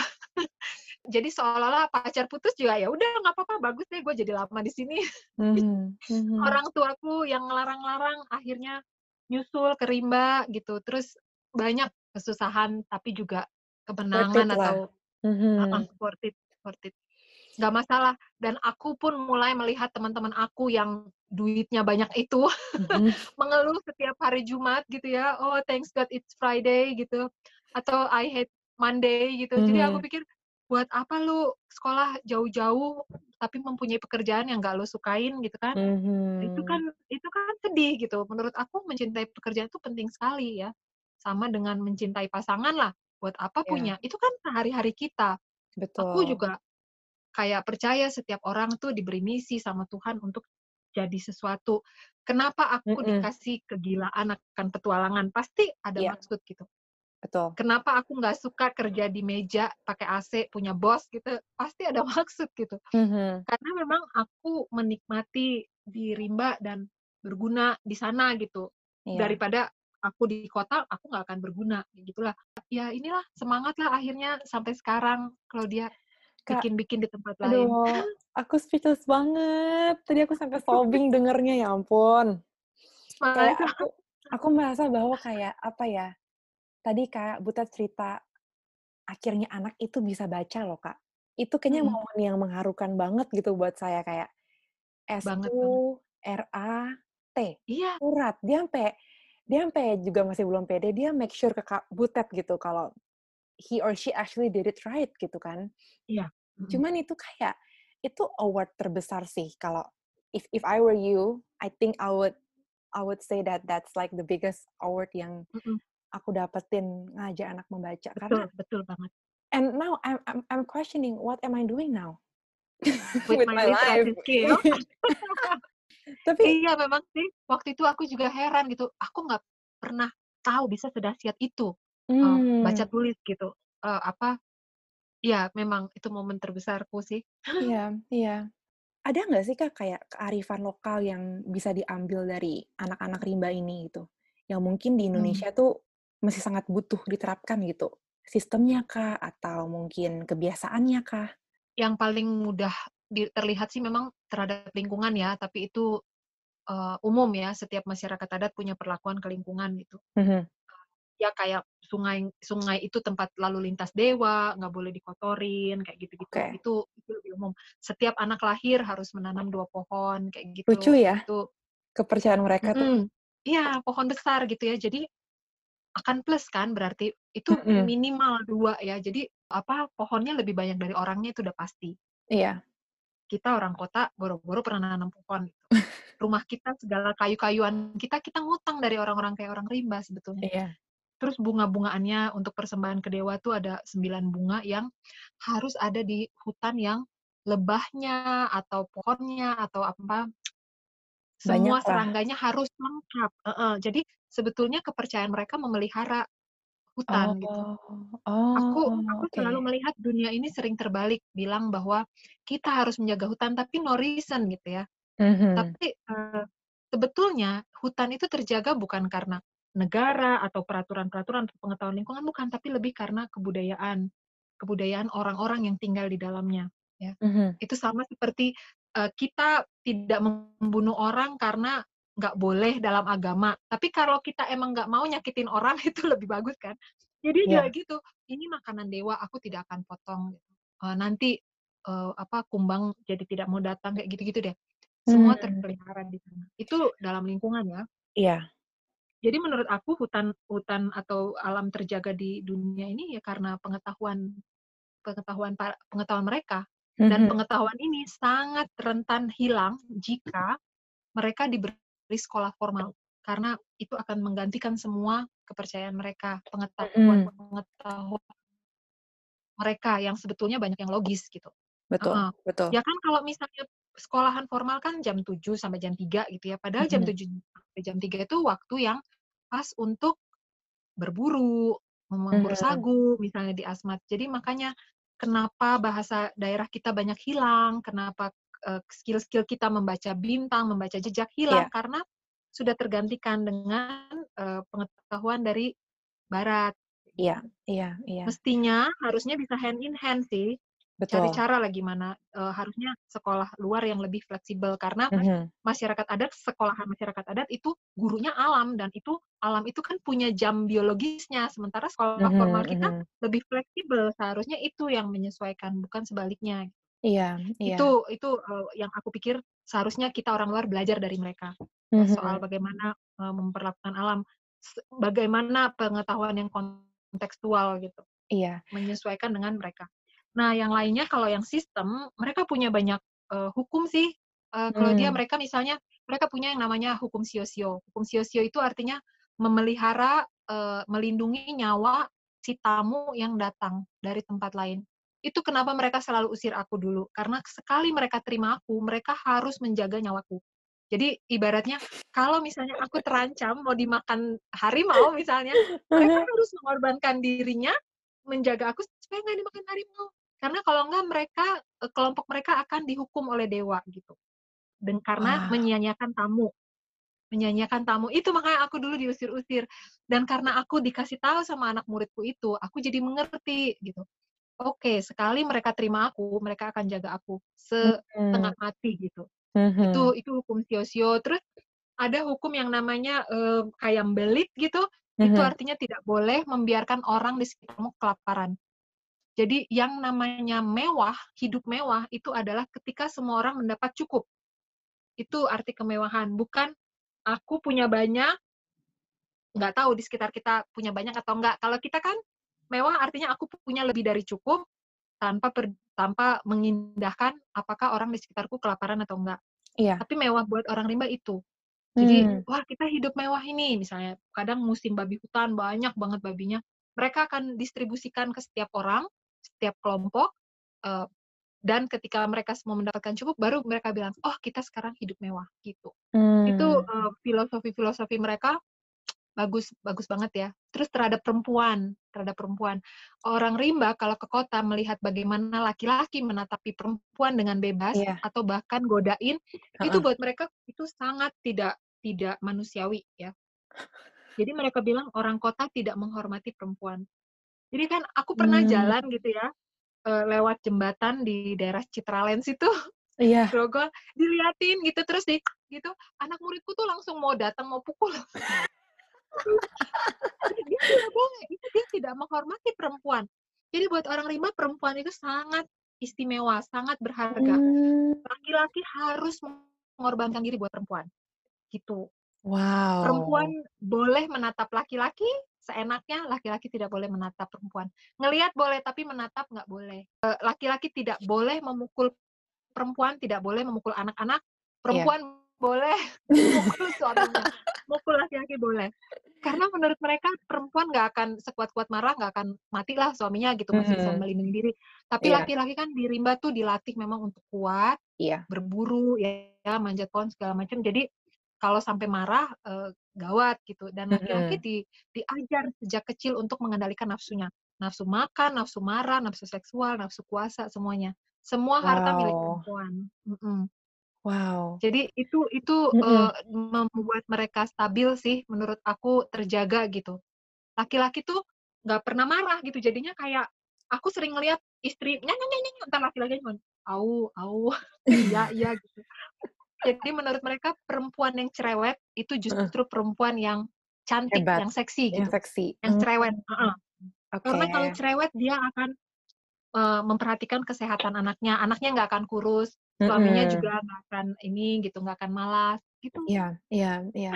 Jadi seolah-olah pacar putus juga ya udah nggak apa-apa, bagus deh gue jadi lama di sini. Mhm. Mhm. Orang tuaku yang ngelarang-larang akhirnya nyusul ke rimba gitu. Terus banyak kesusahan tapi juga Worth kemenangan it lah. atau heeh, Mhm. worth it worth it. Nggak masalah, dan aku pun mulai melihat teman-teman aku yang duitnya banyak itu Mhm. mengeluh setiap hari Jumat gitu ya, "Oh, thanks God it's Friday," gitu, atau "I hate Monday," gitu. Jadi aku Mhm. pikir, buat apa lu sekolah jauh-jauh tapi mempunyai pekerjaan yang nggak lu sukain gitu kan. Mhm. Itu kan sedih gitu. Menurut aku mencintai pekerjaan itu penting sekali ya, sama dengan mencintai pasangan lah, buat apa Ya, punya, itu kan sehari-hari kita. Aku betul. juga kayak percaya setiap orang tuh diberi misi sama Tuhan untuk jadi sesuatu. Kenapa aku Mhm. dikasih kegilaan akan petualangan? Pasti ada Iya, maksud gitu. betul. Kenapa aku nggak suka kerja di meja pakai AC, punya bos gitu, pasti ada maksud gitu. Mhm. Karena memang aku menikmati di rimba dan berguna di sana gitu. Iya. Daripada aku di kota, aku nggak akan berguna, kayak gitulah. Ya inilah, semangatlah akhirnya sampai sekarang kalau dia Kak, bikin-bikin di tempat lain. aduh, aku speechless banget. Tadi aku sampai sobbing dengernya, ya ampun. Kayak Masa aku merasa bahwa kayak, apa ya, tadi Kak Butet cerita akhirnya anak itu bisa baca loh, Kak. Itu kayaknya mhm, momen yang mengharukan banget gitu buat saya, kayak banget banget. SURAT, Iya surat. Dia ampe juga masih belum pede, dia make sure ke Kak Butet gitu kalau he or she actually did it right gitu kan. iya, mhm Cuman itu kayak, itu award terbesar sih kalau if I were you, I think I would say that that's like the biggest award yang mhm, aku dapetin ngajak anak membaca. betul Karena betul banget. and now I'm questioning what am I doing now With with my my life. literary skill. Tapi Iya memang sih, waktu itu aku juga heran gitu, aku nggak pernah tahu bisa sedahsyat itu, baca hmm, tulis gitu, apa, iya memang itu momen terbesarku sih. iya, iya. Ada nggak sih Kak kayak kearifan lokal yang bisa diambil dari anak-anak rimba ini gitu? Yang mungkin di Mmm, Indonesia tuh masih sangat butuh diterapkan gitu? Sistemnya kah? Atau mungkin kebiasaannya kah? yang paling mudah terlihat sih memang terhadap lingkungan ya, tapi itu, umum ya, setiap masyarakat adat punya perlakuan ke lingkungan gitu. Mhm, Ya kayak sungai sungai itu tempat lalu lintas dewa, nggak boleh dikotorin, kayak gitu-gitu. oke. Itu lebih umum. Setiap anak lahir harus menanam 2 pohon, kayak Lucu gitu. ya Itu kepercayaan mereka tuh. mhm. Iya, pohon besar gitu ya. Jadi akan plus kan berarti. Itu Mhm, minimal 2 ya. Jadi apa, pohonnya lebih banyak dari orangnya itu udah pasti. iya, Kita orang kota boro-boro pernah nanam pohon gitu. Rumah kita segala kayu-kayuan kita, kita ngutang dari orang-orang kayak orang rimba sebetulnya. iya. Terus bunga-bungaannya untuk persembahan ke dewa tuh ada 9 bunga yang harus ada di hutan yang lebahnya atau pohonnya atau apa, semua Banyaklah. serangganya harus lengkap heeh. Jadi sebetulnya kepercayaan mereka memelihara hutan gitu. Oh, Aku oke. selalu melihat dunia ini sering terbalik, bilang bahwa kita harus menjaga hutan tapi no reason gitu ya. Mhm, Tapi, sebetulnya hutan itu terjaga bukan karena negara atau peraturan-peraturan atau pengetahuan lingkungan, bukan, tapi lebih karena kebudayaan. Kebudayaan orang-orang yang tinggal di dalamnya, ya. mhm, Itu sama seperti, kita tidak membunuh orang karena nggak boleh dalam agama, tapi kalau kita emang nggak mau nyakitin orang itu lebih bagus kan. Jadi dia juga iya, gitu, "Ini makanan dewa, aku tidak akan potong," gitu. Nanti, kumbang jadi tidak mau datang kayak gitu-gitu deh. Semua Hmm. terpelihara di sana. Itu dalam lingkungan ya. Iya. Jadi menurut aku hutan atau alam terjaga di dunia ini ya karena pengetahuan mereka, dan Mhm. pengetahuan ini sangat rentan hilang jika mereka diberi sekolah formal, karena itu akan menggantikan semua kepercayaan mereka, Mhm. pengetahuan mereka yang sebetulnya banyak yang logis gitu. Betul, Heeh. betul. Ya kan kalau misalnya sekolahan formal kan jam 7 sampai jam 3 gitu ya, padahal jam Mhm. 7 sampai jam 3 itu waktu yang pas untuk berburu, mengembur Mhm. sagu, misalnya di Asmat. Jadi makanya kenapa bahasa daerah kita banyak hilang, kenapa skill-skill kita membaca bintang, membaca jejak hilang, Iya, karena sudah tergantikan dengan pengetahuan dari barat. iya, iya, iya. Mestinya harusnya bisa hand in hand sih. Cari Betul. cara lah gimana, harusnya sekolah luar yang lebih fleksibel karena Mhm. masyarakat adat, sekolahan masyarakat adat itu gurunya alam, dan itu alam itu kan punya jam biologisnya, sementara sekolah Mhm, formal kita mhm. lebih fleksibel, seharusnya itu yang menyesuaikan, bukan sebaliknya. Iya, iya. Yang aku pikir seharusnya kita orang luar belajar dari mereka, ya soal Mhm. bagaimana, memperlakukan alam, bagaimana pengetahuan yang kontekstual gitu. Iya. Menyesuaikan dengan mereka. Nah, yang lainnya kalau yang sistem, mereka punya banyak, hukum sih. Kalau Mmm. mereka misalnya, mereka punya yang namanya hukum sio-sio. Hukum sio-sio itu artinya memelihara, melindungi nyawa si tamu yang datang dari tempat lain. Itu kenapa mereka selalu usir aku dulu, karena sekali mereka terima aku, mereka harus menjaga nyawaku. Jadi ibaratnya kalau misalnya aku terancam mau dimakan harimau misalnya, mereka harus mengorbankan dirinya menjaga aku supaya nggak dimakan harimau. Karena kalau enggak mereka, kelompok mereka akan dihukum oleh dewa gitu. Dan karena Wah. menyia-nyiakan tamu, itu makanya aku dulu diusir-usir. Dan karena aku dikasih tahu sama anak muridku itu, aku jadi mengerti gitu. Oke, sekali mereka terima aku, mereka akan jaga aku Mhm. setengah mati gitu. Mhm. Itu hukum sio-sio. Terus ada hukum yang namanya, kayam belit gitu, itu Mhm. artinya tidak boleh membiarkan orang di sekitarmu kelaparan. Jadi yang namanya mewah, hidup mewah itu adalah ketika semua orang mendapat cukup. Itu arti kemewahan, bukan aku punya banyak, nggak tahu di sekitar kita punya banyak atau enggak. Kalau kita kan mewah artinya aku punya lebih dari cukup tanpa mengindahkan apakah orang di sekitarku kelaparan atau enggak. Iya. Tapi mewah buat orang rimba itu. Jadi, Mmm. wah kita hidup mewah ini, misalnya kadang musim babi hutan banyak banget babinya, mereka akan distribusikan ke setiap orang, setiap kelompok, eee, dan ketika mereka semua mendapatkan cukup, baru mereka bilang, "Oh kita sekarang hidup mewah," gitu. Itu, Mmm. filosofi-filosofi mereka bagus bagus banget ya. Terus terhadap perempuan, orang rimba kalau ke kota melihat bagaimana laki-laki menatapi perempuan dengan bebas Iya. atau bahkan godain, itu Heeh. buat mereka itu sangat tidak tidak manusiawi ya. Jadi mereka bilang orang kota tidak menghormati perempuan. Jadi kan aku pernah Mmm. jalan gitu ya, lewat jembatan di daerah Citralens itu, Iya. Grogol, diliatin gitu terus gitu, anak muridku tuh langsung mau datang mau pukul. Dia tidak boleh, itu dia tidak menghormati perempuan. Jadi buat orang rimba perempuan itu sangat istimewa, sangat berharga. Mmm. Laki-laki harus mengorbankan diri buat perempuan, gitu. Perempuan Wow. boleh menatap laki-laki seenaknya, laki-laki tidak boleh menatap perempuan. Ngelihat boleh, tapi menatap nggak boleh. Laki-laki tidak boleh memukul perempuan, tidak boleh memukul anak-anak, Iya. perempuan boleh mukul suaminya, mukul laki-laki boleh. Karena menurut mereka perempuan nggak akan sekuat-kuat marah, nggak akan matilah suaminya gitu, masih bisa Mhm. melindungi diri. Tapi Iya, laki-laki kan di rimba tuh dilatih memang untuk kuat, iya. berburu, ya manjat pohon segala macam. Jadi kalau sampai marah, gawat gitu. Dan laki-laki Mhm. diajar sejak kecil untuk mengendalikan nafsunya. Nafsu makan, nafsu marah, nafsu seksual, nafsu kuasa, semuanya. Semua harta milik Wow. perempuan. Mhm. Wow. Jadi itu, Mhm. membuat mereka stabil sih menurut aku, terjaga gitu. Laki-laki tuh nggak pernah marah gitu, jadinya kayak aku sering ngelihat istri entar laki-lakinya cuman, "Au au," "Iya iya," gitu. Jadi menurut mereka perempuan yang cerewet itu Heeh. justru perempuan yang cantik, Hebat, yang seksi yang gitu, seksi. yang cerewet, heeh. Oke. Karena kalau cerewet dia akan memperhatikan kesehatan anaknya. Anaknya nggak akan kurus, suaminya Mhm. juga nggak akan ini gitu, nggak akan malas, gitu. Iya iya iya.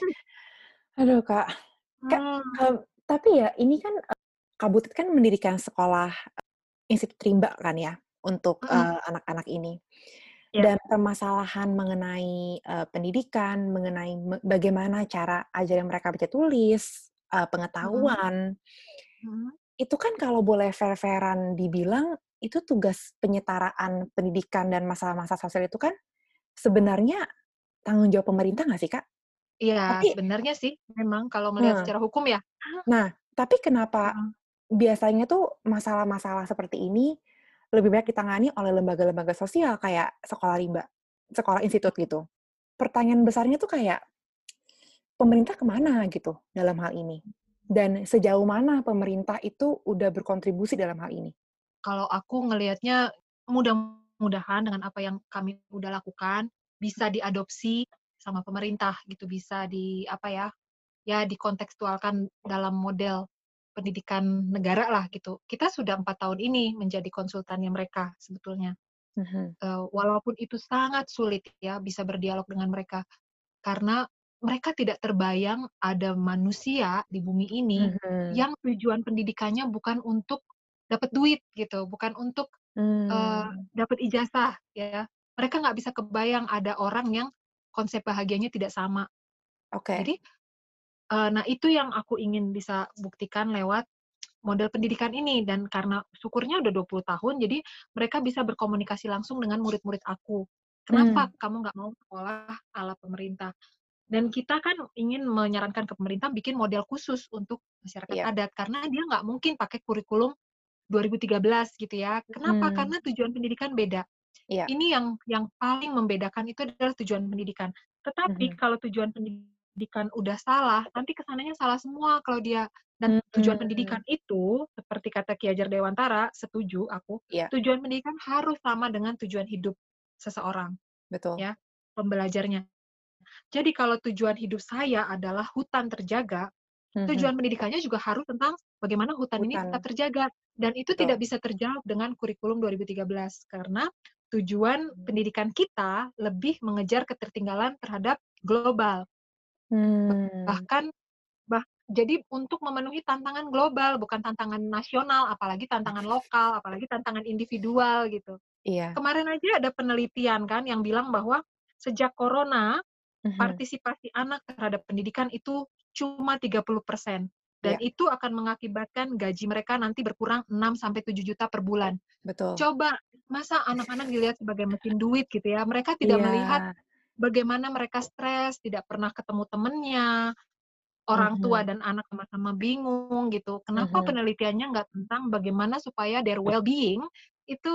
Aduh, Kak. Kak, Mmm, tapi ya ini kan, Kak Butet kan mendirikan sekolah Institut Rimba kan ya, untuk, mhm, anak-anak ini. iya, Dan permasalahan mengenai, pendidikan, mengenai bagaimana cara ajarin mereka baca tulis, mhm, pengetahuan, mhm. itu kan kalau boleh fair-fairan dibilang, itu tugas penyetaraan pendidikan dan masalah-masalah sosial itu kan sebenarnya tanggung jawab pemerintah nggak sih, Kak? Iya, Tapi sebenarnya sih memang kalau melihat heeh, secara hukum ya. nah, tapi kenapa Heeh. biasanya tuh masalah-masalah seperti ini lebih banyak ditangani oleh lembaga-lembaga sosial kayak sekolah rimba, sekolah institut gitu. Pertanyaan besarnya tuh kayak, pemerintah kemana gitu dalam hal ini? Dan sejauh mana pemerintah itu udah berkontribusi dalam hal ini? Kalau aku ngelihatnya mudah-mudahan dengan apa yang kami udah lakukan, bisa diadopsi sama pemerintah gitu, bisa apa ya, ya dikontekstualkan dalam model pendidikan negara lah gitu. Kita sudah 4 tahun ini menjadi konsultannya mereka sebetulnya, Mhm, walaupun itu sangat sulit ya bisa berdialog dengan mereka, karena mereka tidak terbayang ada manusia di bumi ini mhm, yang tujuan pendidikannya bukan untuk dapat duit gitu, bukan untuk dapat ijazah ya. Mereka nggak bisa kebayang ada orang yang konsep bahagianya tidak sama. oke, Jadi, nah itu yang aku ingin bisa buktikan lewat model pendidikan ini dan karena syukurnya udah 20 tahun, jadi mereka bisa berkomunikasi langsung dengan murid-murid aku. "Kenapa mmm, kamu nggak mau sekolah ala pemerintah?" Dan kita kan ingin menyarankan ke pemerintah bikin model khusus untuk masyarakat iya, adat, karena dia nggak mungkin pakai kurikulum 2013 gitu ya. Kenapa? mmm, Karena tujuan pendidikan beda. iya, Ini yang paling membedakan itu adalah tujuan pendidikan. Tetapi mhm, kalau tujuan pendidikan udah salah, nanti kesananya salah semua kalau dia dan tujuan pendidikan mmm, itu, seperti kata Ki Hajar Dewantara, setuju aku, iya, tujuan pendidikan harus sama dengan tujuan hidup seseorang, betul, ya, pembelajarnya. Jadi kalau tujuan hidup saya adalah hutan terjaga, mhm, tujuan pendidikannya juga harus tentang bagaimana hutan ini tetap hutan, terjaga, dan itu tidak betul, bisa terjawab dengan kurikulum 2013 karena tujuan pendidikan kita lebih mengejar ketertinggalan terhadap global. mmm, Bahkan jadi untuk memenuhi tantangan global, bukan tantangan nasional, apalagi tantangan lokal, apalagi tantangan individual gitu. iya, Kemarin aja ada penelitian kan yang bilang bahwa sejak corona mhm, partisipasi anak terhadap pendidikan itu cuma 30% dan iya, itu akan mengakibatkan gaji mereka nanti berkurang 6 sampai 7 juta per bulan. betul, Coba, masa anak-anak dilihat sebagai mesin duit gitu ya, mereka tidak iya, melihat bagaimana mereka stres, tidak pernah ketemu temennya, orang tua mhm, dan anak sama-sama bingung gitu. Kenapa mhm, penelitiannya nggak tentang bagaimana supaya their well-being itu,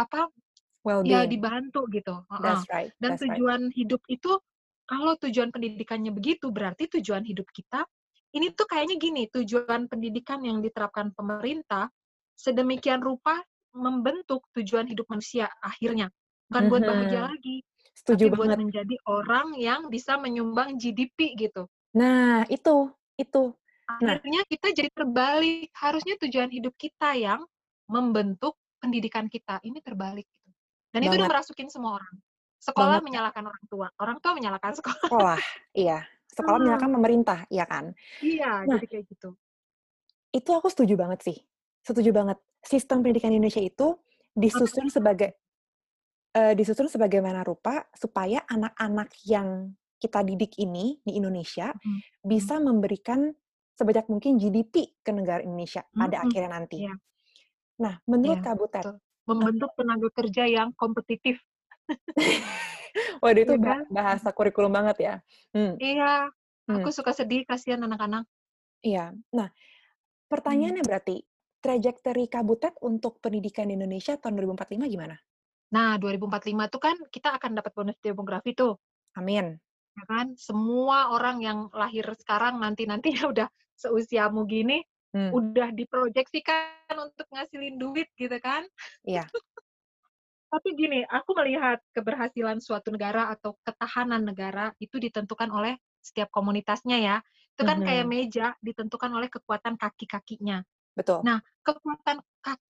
ya well-being, dibantu gitu, heeh. that's right Dan that's right, tujuan hidup itu, kalau tujuan pendidikannya begitu, berarti tujuan hidup kita, ini tuh kayaknya gini, tujuan pendidikan yang diterapkan pemerintah, sedemikian rupa membentuk tujuan hidup manusia akhirnya. Bukan buat bahagia mhm, lagi, setuju tapi buat banget. menjadi orang yang bisa menyumbang GDP gitu. Nah, itu. Nah, Akhirnya kita jadi terbalik, harusnya tujuan hidup kita yang membentuk pendidikan kita, ini terbalik gitu. Dan itu udah banget merasukin semua orang. Sekolah banget, Kak. menyalahkan orang tua menyalahkan sekolah. Sekolah, iya. Sekolah Heeh, menyalahkan pemerintah, iya kan? iya, Nah, jadi kayak gitu. itu aku setuju banget sih, setuju banget. Sistem pendidikan Indonesia itu disusun sebagai disusun sebagaimana rupa supaya anak-anak yang kita didik ini di Indonesia Mhm, mhm, bisa memberikan sebanyak mungkin GDP ke negara Indonesia pada mhm, akhirnya nanti. iya, Nah, menurut iya, Kak Butet, betul. Membentuk tenaga kerja yang kompetitif, waduh itu iya kan? bahasa kurikulum banget ya. Hmm, Iya, aku hmm, suka sedih kasihan anak-anak. iya. Nah, Mmm. pertanyaannya berarti, trajektori Kak Butet untuk pendidikan di Indonesia tahun 2045 gimana? Nah, 2045 tuh kan kita akan dapat bonus demografi tuh. Amin. Ya kan? Semua orang yang lahir sekarang nanti-nantinya udah seusiamu gini, Hmm, udah diproyeksikan untuk ngasilin duit gitu kan. iya. Tapi gini, aku melihat keberhasilan suatu negara atau ketahanan negara itu ditentukan oleh setiap komunitasnya ya. Itu kan kayak Mhm, meja ditentukan oleh kekuatan kaki-kakinya. betul. Nah, kekuatan kaki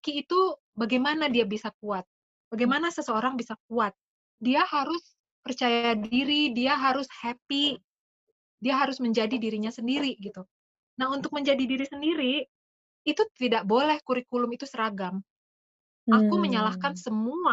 laki itu bagaimana dia bisa kuat? Bagaimana seseorang bisa kuat? Dia harus percaya diri, dia harus happy, dia harus menjadi dirinya sendiri gitu. Nah, untuk menjadi diri sendiri itu tidak boleh kurikulum itu seragam. Aku menyalahkan Hmm. semua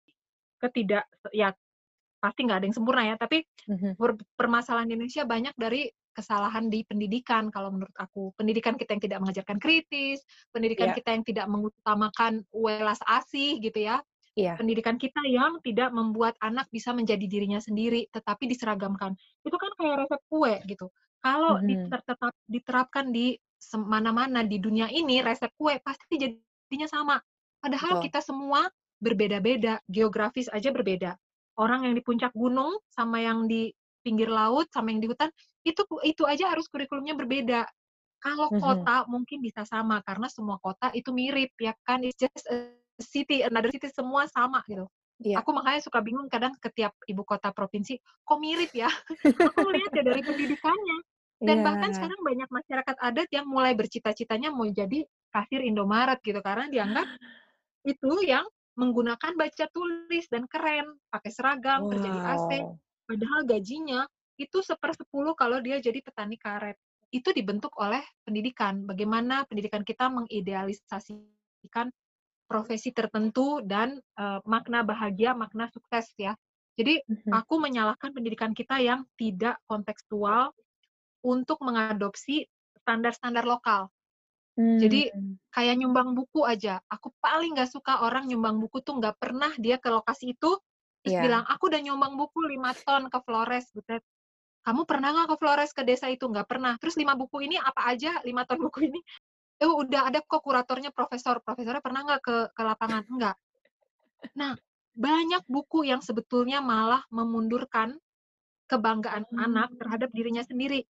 ya pasti nggak ada yang sempurna ya, tapi Mhm. permasalahan di Indonesia banyak dari kesalahan di pendidikan kalau menurut aku. Pendidikan kita yang tidak mengajarkan kritis, pendidikan Iya, kita yang tidak mengutamakan welas asih gitu ya. iya. Pendidikan kita yang tidak membuat anak bisa menjadi dirinya sendiri, tetapi diseragamkan. Itu kan kayak resep kue gitu. Kalau Mhm. tetap diterapkan di mana-mana di dunia ini, resep kue pasti jadinya sama. Padahal Betul. kita semua berbeda-beda, geografis aja berbeda. Orang yang di puncak gunung sama yang di pinggir laut sama yang di hutan itu aja harus kurikulumnya berbeda. Kalau Mhm. kota mungkin bisa sama karena semua kota itu mirip ya kan, it's just a city, another city, semua sama gitu. Iya. Aku makanya suka bingung kadang ke tiap ibu kota provinsi, kok mirip ya? Aku melihat ya dari pendidikannya. Dan bahkan Iya. sekarang banyak masyarakat adat yang mulai bercita-citanya mau jadi kasir Indomaret gitu karena dianggap itu yang menggunakan baca tulis dan keren, pakai seragam, kerja di AC, Wow. padahal gajinya itu 1/10 kalau dia jadi petani karet. Itu dibentuk oleh pendidikan. Bagaimana pendidikan kita mengidealisasikan profesi tertentu dan makna bahagia, makna sukses ya. Jadi Mhm. aku menyalahkan pendidikan kita yang tidak kontekstual untuk mengadopsi standar-standar lokal. Jadi Mmm. kayak nyumbang buku aja, aku paling nggak suka orang nyumbang buku tuh nggak pernah dia ke lokasi itu, terus Iya. bilang, "Aku udah nyumbang buku 5 ton ke Flores," buset. "Kamu pernah nggak ke Flores, ke desa itu?" "Nggak pernah." "Terus 5 buku ini apa aja 5 ton buku ini?" Udah ada kok kuratornya profesor." "Profesornya pernah nggak ke lapangan?" "Enggak." Nah, banyak buku yang sebetulnya malah memundurkan kebanggaan anak terhadap dirinya sendiri,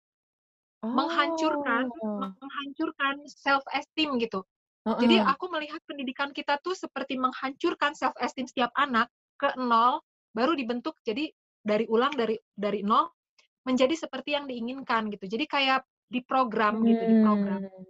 menghancurkan Oh. menghancurkan self esteem gitu. Jadi Heeh. aku melihat pendidikan kita tuh seperti menghancurkan self esteem setiap anak ke nol, baru dibentuk jadi dari nol menjadi seperti yang diinginkan gitu. Jadi kayak diprogram gitu, diprogram. Mmm.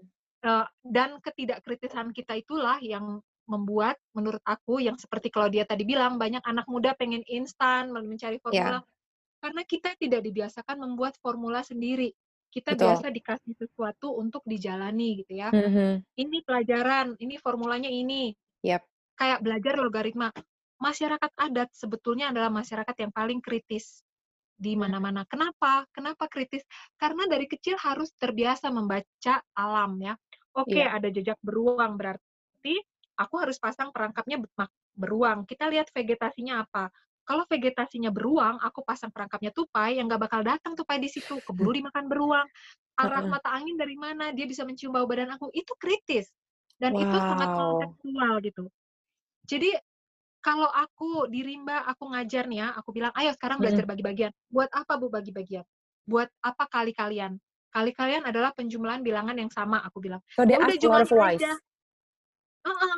Dan ketidakkritisan kita itulah yang membuat menurut aku yang seperti kalau dia tadi bilang banyak anak muda pengen instan, mencari formula, Iya, karena kita tidak dibiasakan membuat formula sendiri. Kita betul. biasa dikasih sesuatu untuk dijalani gitu ya. Mhm. Ini pelajaran, ini formulanya ini. Yap. Kayak belajar logaritma. Masyarakat adat sebetulnya adalah masyarakat yang paling kritis di Mhm. mana-mana. Kenapa? Kenapa kritis? Karena dari kecil harus terbiasa membaca alam ya. Oke, Iya. ada jejak beruang berarti aku harus pasang perangkapnya beruang. Kita lihat vegetasinya apa. Kalau vegetasinya beruang, aku pasang perangkapnya tupai, yang nggak bakal datang tupai di situ. Keburu dimakan beruang. Arah Heeh. mata angin dari mana? Dia bisa mencium bau badan aku. Itu kritis. Dan itu sangat Wow. kontekstual gitu. Jadi kalau aku di Rimba, aku ngajar nih ya, aku bilang, "Ayo sekarang belajar Mhm. bagi bagian." "Buat apa, Bu, bagi bagian?" "Buat apa kali-kalian?" "Kali-kalian adalah penjumlahan bilangan yang sama," aku bilang. So they "Ya udah ask a lot of jumlahin aja." whys? Heeh,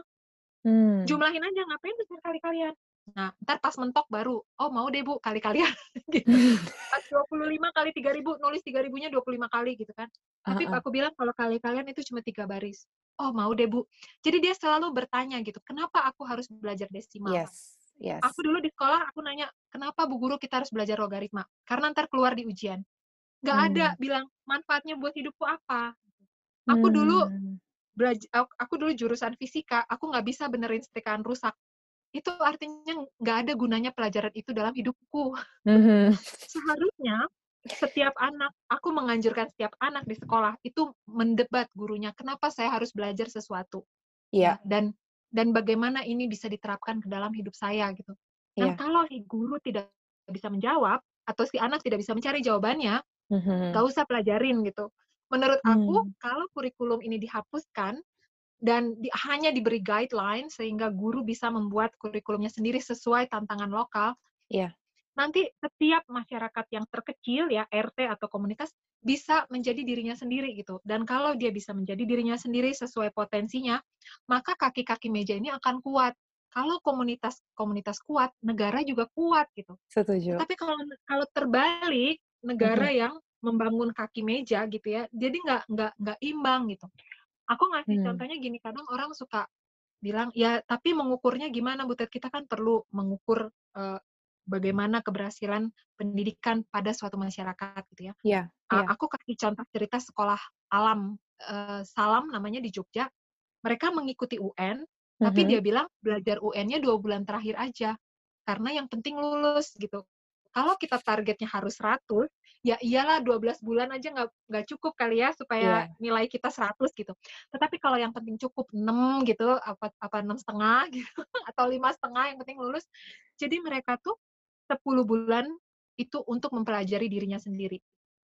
Mmm. "Jumlahin aja, ngapain besar kali-kalian?" Nah, entar pas mentok baru, "Oh, mau deh, Bu, kali-kalian." Gitu. Pas 25 kali 3.000 nulis 3.000-nya 25 kali gitu kan. Tapi Heeh. aku bilang, "Kalau kali-kalian itu cuma 3 baris." "Oh, mau deh, Bu." Jadi dia selalu bertanya gitu, "Kenapa aku harus belajar desimal?" Yes, Aku yes. dulu di sekolah aku nanya, "Kenapa Bu Guru kita harus belajar logaritma?" "Karena entar keluar di ujian." Nggak ada Mmm. bilang, "Manfaatnya buat hidupku apa?" Aku dulu Mmm. aku dulu jurusan fisika, aku nggak bisa benerin setrikaan rusak. Itu artinya nggak ada gunanya pelajaran itu dalam hidupku. Mhm. Seharusnya setiap anak, aku menganjurkan setiap anak di sekolah itu mendebat gurunya, "Kenapa saya harus belajar sesuatu?" Ya, Iya, dan bagaimana ini bisa diterapkan ke dalam hidup saya gitu. Dan iya. kalau si guru tidak bisa menjawab atau si anak tidak bisa mencari jawabannya, nggak Mhm. usah pelajarin gitu. Menurut aku Mmm. kalau kurikulum ini dihapuskan dan hanya diberi guideline sehingga guru bisa membuat kurikulumnya sendiri sesuai tantangan lokal, Iya. nanti setiap masyarakat yang terkecil ya, RT atau komunitas bisa menjadi dirinya sendiri gitu. Dan kalau dia bisa menjadi dirinya sendiri sesuai potensinya, maka kaki-kaki meja ini akan kuat. Kalau komunitas-komunitas kuat, negara juga kuat gitu. Setuju. Tetapi kalau kalau terbalik, negara Mhm. yang membangun kaki meja gitu ya, jadi nggak imbang gitu. Aku ngasih Mmm. contohnya gini, kadang orang suka bilang, "Ya, tapi mengukurnya gimana, Butet? Kita kan perlu mengukur, bagaimana keberhasilan pendidikan pada suatu masyarakat," gitu ya. Iya, iya. Aku kasih contoh cerita sekolah alam, Salam namanya di Jogja. Mereka mengikuti UN, tapi Mhm. dia bilang belajar UN-nya 2 bulan terakhir aja, karena yang penting lulus gitu. Kalau kita targetnya harus 100, ya iyalah 12 bulan aja nggak cukup kali ya supaya Iya. nilai kita 100 gitu. Tetapi kalau yang penting cukup 6 gitu, apa 6,5 gitu, atau 5,5 yang penting lulus. Jadi mereka tuh 10 bulan itu untuk mempelajari dirinya sendiri.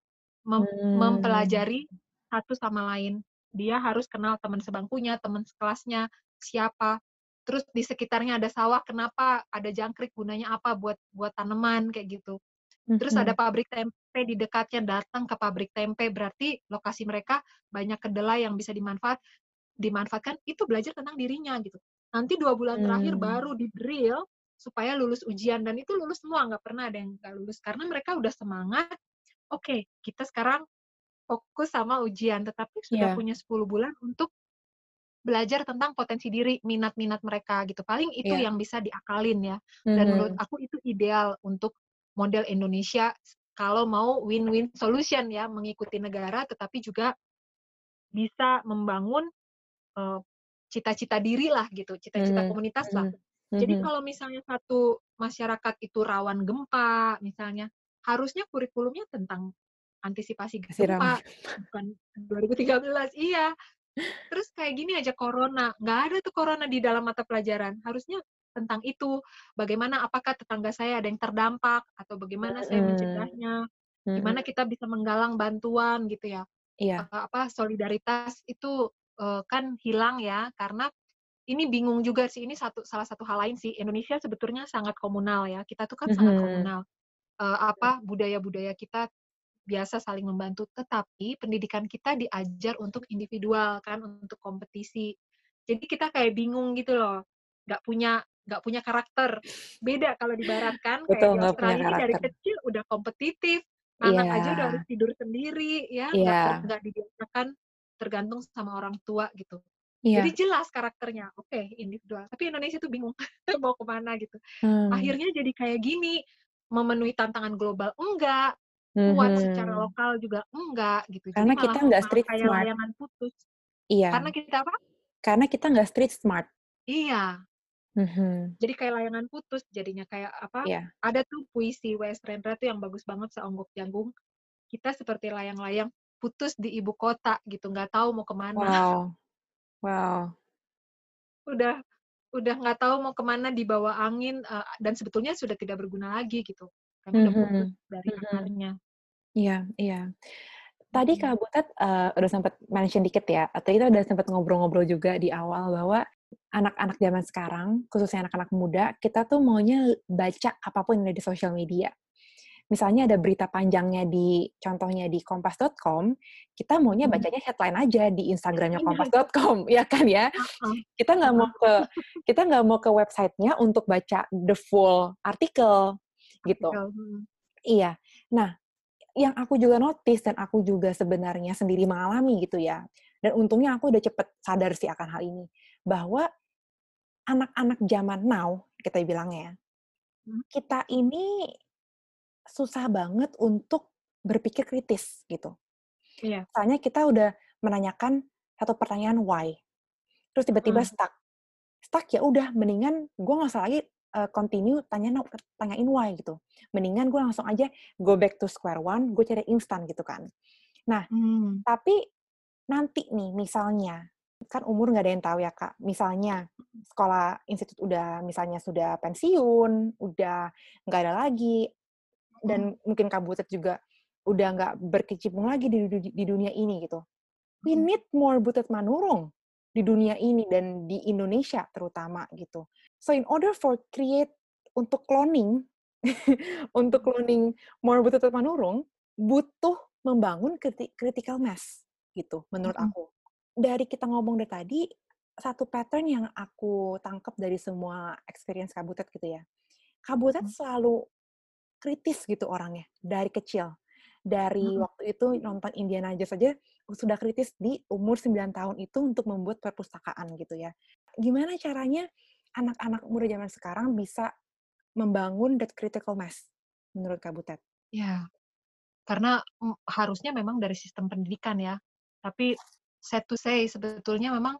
Mmm. Mempelajari satu sama lain. Dia harus kenal teman sebangkunya, teman sekelasnya, siapa. Terus di sekitarnya ada sawah, kenapa ada jangkrik, gunanya apa buat buat tanaman kayak gitu. Terus ada Mhm. pabrik tempe di dekatnya, datang ke pabrik tempe, berarti lokasi mereka banyak kedelai yang bisa dimanfaatkan, itu belajar tentang dirinya gitu. Nanti 2 bulan terakhir Mmm. baru di-drill supaya lulus ujian, dan itu lulus semua, nggak pernah ada yang nggak lulus. Karena mereka udah semangat, oke, kita sekarang fokus sama ujian, tetapi sudah Iya, punya 10 bulan untuk belajar tentang potensi diri, minat-minat mereka gitu. Paling itu iya. yang bisa diakalin ya. Dan menurut Mhm. aku itu ideal untuk model Indonesia kalau mau win-win solution ya, mengikuti negara tetapi juga bisa membangun eee, cita-cita diri lah gitu, cita-cita Mhm. komunitas lah. Mhm. Jadi Mhm. kalau misalnya satu masyarakat itu rawan gempa misalnya, harusnya kurikulumnya tentang antisipasi Kesiraman. gempa, bukan 2013, iya. Terus kayak gini aja corona, nggak ada tuh corona di dalam mata pelajaran. Harusnya tentang itu, bagaimana apakah tetangga saya ada yang terdampak, atau bagaimana saya Mhm. mencegahnya, Mhm. gimana kita bisa menggalang bantuan gitu ya. Iya. Solidaritas itu, kan hilang ya, karena ini bingung juga sih, ini salah satu hal lain sih, Indonesia sebetulnya sangat komunal ya, kita tuh kan sangat Mhm. komunal. Budaya-budaya kita biasa saling membantu, tetapi pendidikan kita diajar untuk individual kan, untuk kompetisi. Jadi kita kayak bingung gitu loh, nggak punya karakter. Beda kalau di barat kan, Betul, kayak di nggak punya Australia ini dari karakter. kecil udah kompetitif, Iya. anak aja udah harus tidur sendiri ya, Iya. nggak dibiasakan tergantung sama orang tua gitu. Jadi Iya. jelas karakternya, oke individual, tapi Indonesia tuh bingung mau kemana gitu. Mmm. Akhirnya jadi kayak gini, memenuhi tantangan global enggak, kuat secara Mhm. lokal juga enggak gitu. Jadi Karena kita malah nggak malah street kayak smart. layangan putus. Iya, Karena kita apa? karena kita nggak street smart. Iya, Mhm. jadi kayak layangan putus jadinya, kayak apa, Iya. ada tuh puisi W.S. Rendra tuh yang bagus banget, Seonggok Janggung. Kita seperti layang-layang putus di ibu kota gitu, nggak tahu mau kemana. Wow, wow. Udah udah nggak tahu mau kemana, dibawa angin, dan sebetulnya sudah tidak berguna lagi gitu, karena udah putus Mhm. dari Mhm. akarnya. Iya, iya. Tadi Mhm. Kak Butet, udah sempet mention dikit ya, atau kita udah sempet ngobrol-ngobrol juga di awal bahwa anak-anak zaman sekarang, khususnya anak-anak muda, kita tuh maunya baca apapun yang ada di sosial media. Misalnya ada berita panjangnya contohnya di kompas.com, kita maunya Mhm. bacanya headline aja di Instagramnya Iya, kompas.com, ya kan ya? heeh, Kita nggak mau heeh, ke kita nggak mau ke website-nya untuk baca the full artikel, gitu. artikel, mhm, Iya. Nah, yang aku juga notice dan aku juga sebenarnya sendiri mengalami gitu ya, dan untungnya aku udah cepet sadar sih akan hal ini, bahwa anak-anak zaman now, kita bilangnya ya, mhm, kita ini susah banget untuk berpikir kritis gitu. iya, Misalnya kita udah menanyakan satu pertanyaan why, terus tiba-tiba mhm, stuck. Stuck ya udah mendingan gue nggak usah lagi, continue tanyain why gitu. Mendingan gue langsung aja go back to square one, gue cari instan gitu kan. Nah, mmm, tapi nanti nih misalnya, kan umur nggak ada yang tahu ya Kak, misalnya sekolah institut udah misalnya sudah pensiun, udah nggak ada lagi, mhm, dan mungkin Kak Butet juga udah nggak berkecimpung lagi di dunia ini gitu. We mhm, need more Butet Manurung di dunia ini dan di Indonesia terutama gitu. So in order for create untuk cloning untuk mhm, cloning more Butet Manurung butuh membangun critical mass gitu menurut mhm, aku. Dari kita ngomong dari tadi, satu pattern yang aku tangkap dari semua experience Kak Butet gitu ya. Kak Butet mhm, selalu kritis gitu orangnya dari kecil. Dari mhm, waktu itu nonton Indiana Jones aja sudah kritis di umur 9 tahun itu untuk membuat perpustakaan gitu ya. Gimana caranya anak-anak muda zaman sekarang bisa membangun that critical mass menurut Kak Butet? Ya, karena harusnya memang dari sistem pendidikan ya. Tapi sad to say sebetulnya memang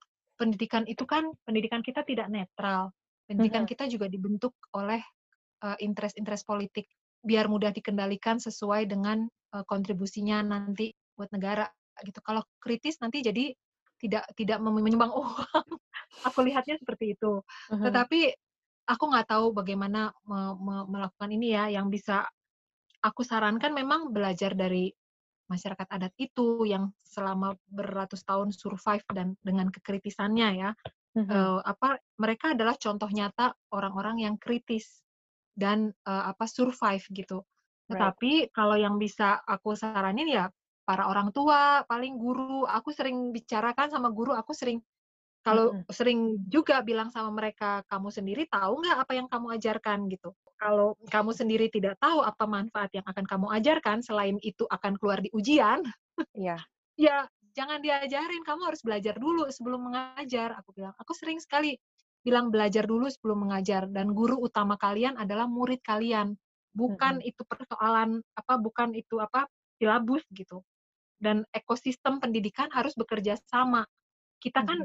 pendidikan kita tidak netral. Pendidikan Mhm, kita juga dibentuk oleh interest-interest politik biar mudah dikendalikan sesuai dengan kontribusinya nanti buat negara gitu. Kalau kritis nanti jadi tidak menyumbang uang. Aku lihatnya seperti itu. mhm, Tetapi aku nggak tahu bagaimana melakukan ini ya. Yang bisa aku sarankan memang belajar dari masyarakat adat itu yang selama beratus tahun survive dan dengan kekritisannya ya. mhm, Mereka adalah contoh nyata orang-orang yang kritis dan survive gitu. right. Tetapi kalau yang bisa aku saranin ya para orang tua, paling guru. Aku sering bicarakan sama guru, aku kalau Mhm, sering juga bilang sama mereka, "Kamu sendiri tahu nggak apa yang kamu ajarkan?" Gitu. Kalau kamu sendiri tidak tahu apa manfaat yang akan kamu ajarkan, selain itu akan keluar di ujian, iya, ya jangan diajarin, kamu harus belajar dulu sebelum mengajar, aku bilang. Aku sering sekali bilang belajar dulu sebelum mengajar, dan guru utama kalian adalah murid kalian. Bukan mhm, itu persoalan bukan itu silabus gitu. Dan ekosistem pendidikan harus bekerja sama. Kita kan mhm,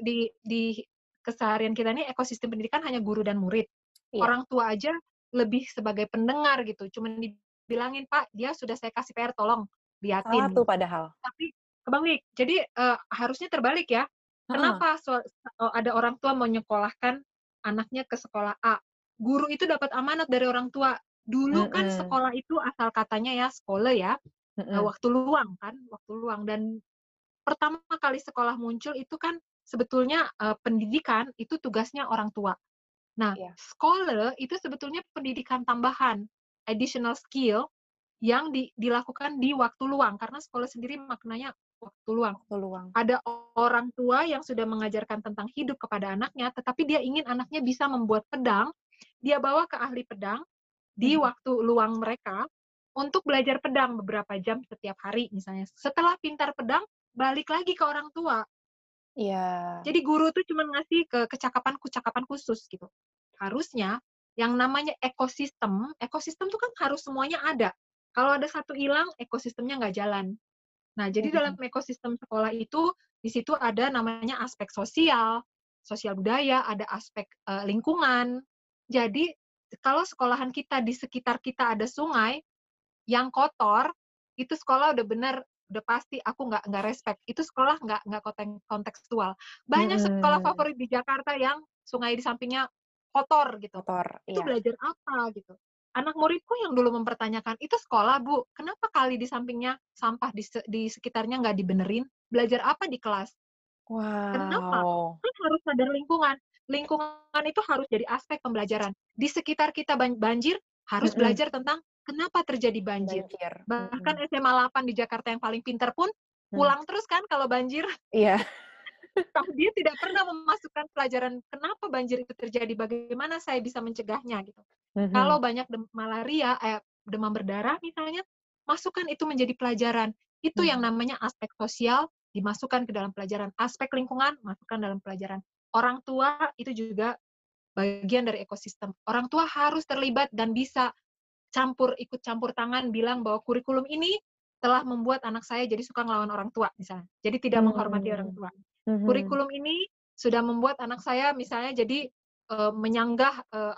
di keseharian kita ini ekosistem pendidikan hanya guru dan murid. iya, Orang tua aja lebih sebagai pendengar gitu, cuman dibilangin, "Pak, dia sudah saya kasih PR, tolong salah liatin," tuh gitu. padahal. Tapi kebalik. Jadi, harusnya terbalik ya. Heeh, Kenapa ada orang tua mau nyekolahkan anaknya ke sekolah A, guru itu dapat amanat dari orang tua. Dulu kan mhm, sekolah itu asal katanya ya, sekolah ya, mhm, waktu luang kan, waktu luang. Dan pertama kali sekolah muncul itu kan sebetulnya, pendidikan itu tugasnya orang tua. Nah, iya, sekolah itu sebetulnya pendidikan tambahan, additional skill yang dilakukan di waktu luang, karena sekolah sendiri maknanya waktu luang. waktu luang. Ada orang tua yang sudah mengajarkan tentang hidup kepada anaknya, tetapi dia ingin anaknya bisa membuat pedang, dia bawa ke ahli pedang di Mhm, waktu luang mereka untuk belajar pedang beberapa jam setiap hari misalnya. Setelah pintar pedang, balik lagi ke orang tua. iya, Jadi guru tuh cuma ngasih kecakapan khusus gitu. Harusnya yang namanya ekosistem, ekosistem tuh kan harus semuanya ada. Kalau ada satu hilang, ekosistemnya nggak jalan. Nah, jadi dalam mhm, ekosistem sekolah itu, di situ ada namanya aspek sosial, sosial budaya, ada aspek lingkungan. Jadi kalau sekolahan kita di sekitar kita ada sungai yang kotor, itu sekolah udah bener, udah pasti aku nggak respect. Itu sekolah nggak kontekstual. Banyak sekolah mhm, favorit di Jakarta yang sungai di sampingnya kotor gitu. kotor, Itu iya, belajar apa gitu. Anak muridku yang dulu mempertanyakan, "Itu sekolah, Bu, kenapa kali di sampingnya sampah di sekitarnya nggak dibenerin? Belajar apa di kelas?" Kenapa? wow, Kan harus sadar lingkungan. Lingkungan itu harus jadi aspek pembelajaran. Di sekitar kita banjir, harus mhm, belajar tentang kenapa terjadi banjir. banjir, Bahkan mhm, SMA 8 di Jakarta yang paling pintar pun mmm, pulang terus kan kalau banjir. iya, Tapi dia tidak pernah memasukkan pelajaran kenapa banjir itu terjadi, bagaimana saya bisa mencegahnya gitu. mhm, Kalau banyak malaria, demam berdarah misalnya, masukkan itu menjadi pelajaran. Itu yang mhm, namanya aspek sosial dimasukkan ke dalam pelajaran. Aspek lingkungan masukkan dalam pelajaran. Orang tua itu juga bagian dari ekosistem. Orang tua harus terlibat dan bisa ikut campur tangan bilang bahwa kurikulum ini telah membuat anak saya jadi suka ngelawan orang tua misalnya. Jadi tidak menghormati orang mmm, tua. mhm, Kurikulum ini sudah membuat anak saya misalnya jadi menyanggah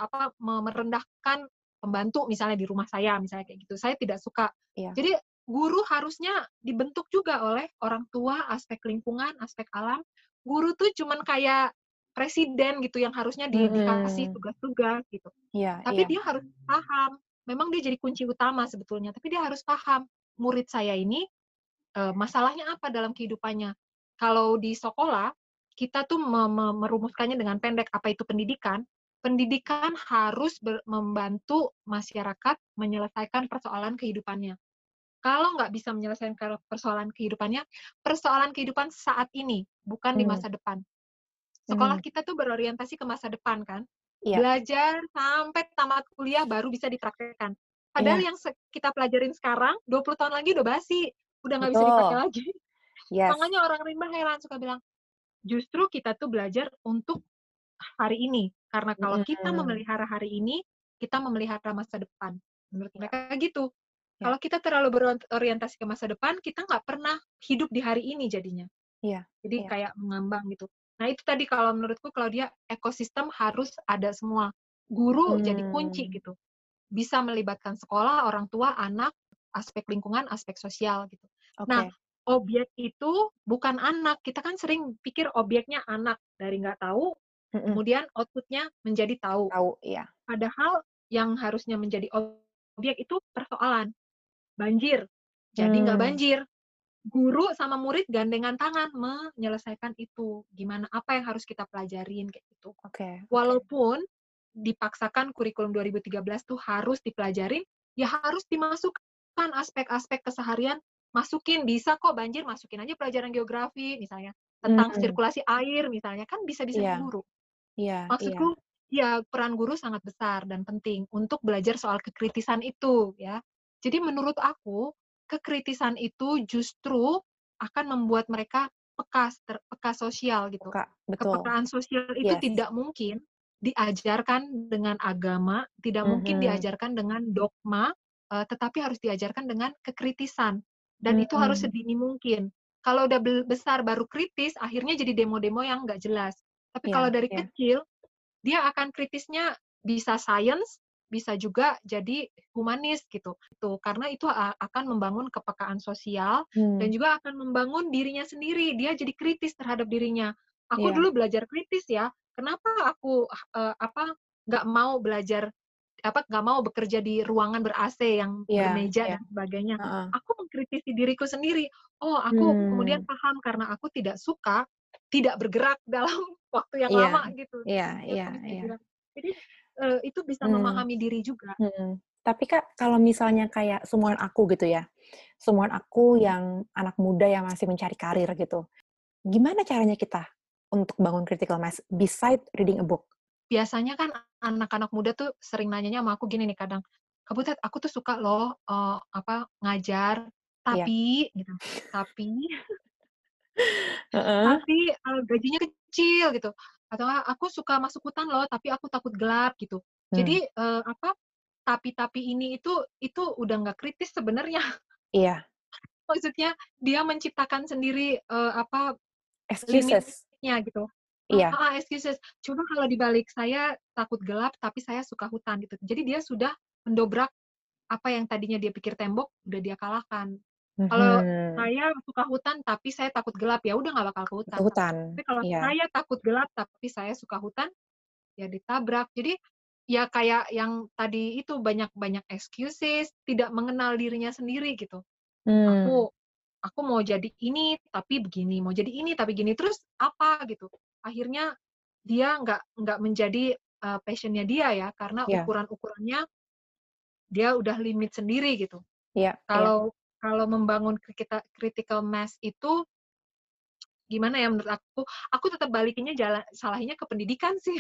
merendahkan pembantu misalnya di rumah saya misalnya kayak gitu. Saya tidak suka. iya, Jadi guru harusnya dibentuk juga oleh orang tua, aspek lingkungan, aspek alam. Guru tuh cuman kayak presiden gitu yang harusnya dikasih mhm, tugas-tugas gitu. iya, Tapi iya, dia harus paham, memang dia jadi kunci utama sebetulnya, tapi dia harus paham murid saya ini masalahnya apa dalam kehidupannya. Kalau di sekolah, kita tuh merumuskannya dengan pendek, apa itu pendidikan? Pendidikan harus membantu masyarakat menyelesaikan persoalan kehidupannya. Kalau nggak bisa menyelesaikan persoalan kehidupannya, persoalan kehidupan saat ini, bukan di mmm, masa depan. Sekolah mhm, kita tuh berorientasi ke masa depan kan. iya, Belajar sampai tamat kuliah baru bisa dipraktekkan. Padahal iya, yang kita pelajarin sekarang, 20 tahun lagi udah basi, udah nggak bisa dipakai betul, lagi. Yes. Makanya orang rimba heran suka bilang, justru kita tuh belajar untuk hari ini. Karena kalau kita memelihara hari ini, kita memelihara masa depan. Menurut Ya. mereka gitu. Ya. Kalau kita terlalu berorientasi ke masa depan, kita nggak pernah hidup di hari ini jadinya. Iya. Jadi Iya. kayak mengambang gitu. Nah itu tadi kalau menurutku Claudia, ekosistem harus ada semua. Guru jadi kunci gitu. Bisa melibatkan sekolah, orang tua, anak, aspek lingkungan, aspek sosial gitu. Nah, Oke. objek itu bukan anak. Kita kan sering pikir objeknya anak dari nggak tahu, kemudian outputnya menjadi tahu. Tahu, iya. Padahal yang harusnya menjadi objek itu persoalan. Banjir. Jadi nggak banjir. Guru sama murid gandengan tangan menyelesaikan itu. Gimana, apa yang harus kita pelajarin kayak gitu. Oke. Walaupun dipaksakan kurikulum 2013 tuh harus dipelajarin, ya harus dimasukkan aspek-aspek keseharian, masukin, bisa kok banjir, masukin aja pelajaran geografi misalnya, tentang sirkulasi air misalnya, kan bisa-bisanya Iya. guru. Iya. Iya. Maksudku, ya peran guru sangat besar dan penting untuk belajar soal kekritisan itu ya. Jadi menurut aku, kekritisan itu justru akan membuat mereka peka sosial gitu. Kak, betul. Kepekaan sosial itu Yes. tidak mungkin diajarkan dengan agama, tidak mungkin diajarkan dengan dogma, tetapi harus diajarkan dengan kekritisan. Dan itu harus sedini mungkin. Kalau udah besar baru kritis, akhirnya jadi demo-demo yang nggak jelas. Tapi kalau Iya. dari Iya. kecil, dia akan kritisnya bisa science, bisa juga jadi humanis gitu. Karena itu akan membangun kepekaan sosial dan juga akan membangun dirinya sendiri. Dia jadi kritis terhadap dirinya. Aku Iya. dulu belajar kritis ya. Kenapa aku nggak mau belajar nggak mau bekerja di ruangan ber-AC yang Iya. bermeja Iya. dan sebagainya. Heeh. Aku mengkritisi diriku sendiri. Oh, aku kemudian paham karena aku tidak suka tidak bergerak dalam waktu yang Iya. lama gitu. Iya. Jadi Iya. aku bisa Iya. bilang, jadi itu bisa Hmm. memahami diri juga. Tapi Kak, kalau misalnya kayak seumuran aku gitu ya, seumuran aku yang anak muda yang masih mencari karir gitu, gimana caranya kita untuk bangun critical mass beside reading a book? Biasanya kan anak-anak muda tuh sering nanyanya sama aku gini nih kadang, "Kak Butet, aku tuh suka loh, ngajar, Iya. tapi," gitu, "tapi Heeh. tapi, gajinya kecil," gitu, atau enggak, "Aku suka masuk hutan loh, tapi aku takut gelap," gitu. Hmm. Jadi, tapi ini itu udah nggak kritis sebenarnya. Iya. Maksudnya dia menciptakan sendiri, Excuses. limitnya gitu. Iya. Excuses. Coba kalau dibalik, saya takut gelap, tapi saya suka hutan gitu. Jadi dia sudah mendobrak apa yang tadinya dia pikir tembok, udah dia kalahkan. Kalau saya suka hutan, tapi saya takut gelap, ya udah nggak bakal ke Ke hutan. hutan. Tapi kalau Iya. saya takut gelap, tapi saya suka hutan, ya ditabrak. Jadi ya kayak yang tadi itu banyak-banyak excuses, tidak mengenal dirinya sendiri gitu. Aku aku mau jadi ini tapi begini, mau jadi ini tapi gini, terus apa gitu. Akhirnya dia nggak menjadi, passion-nya dia ya, karena Iya. ukuran-ukurannya dia udah limit sendiri gitu. Iya. Iya. Kalau kalau membangun critical mass itu gimana ya menurut aku tetap balikinnya salahinnya ke pendidikan sih.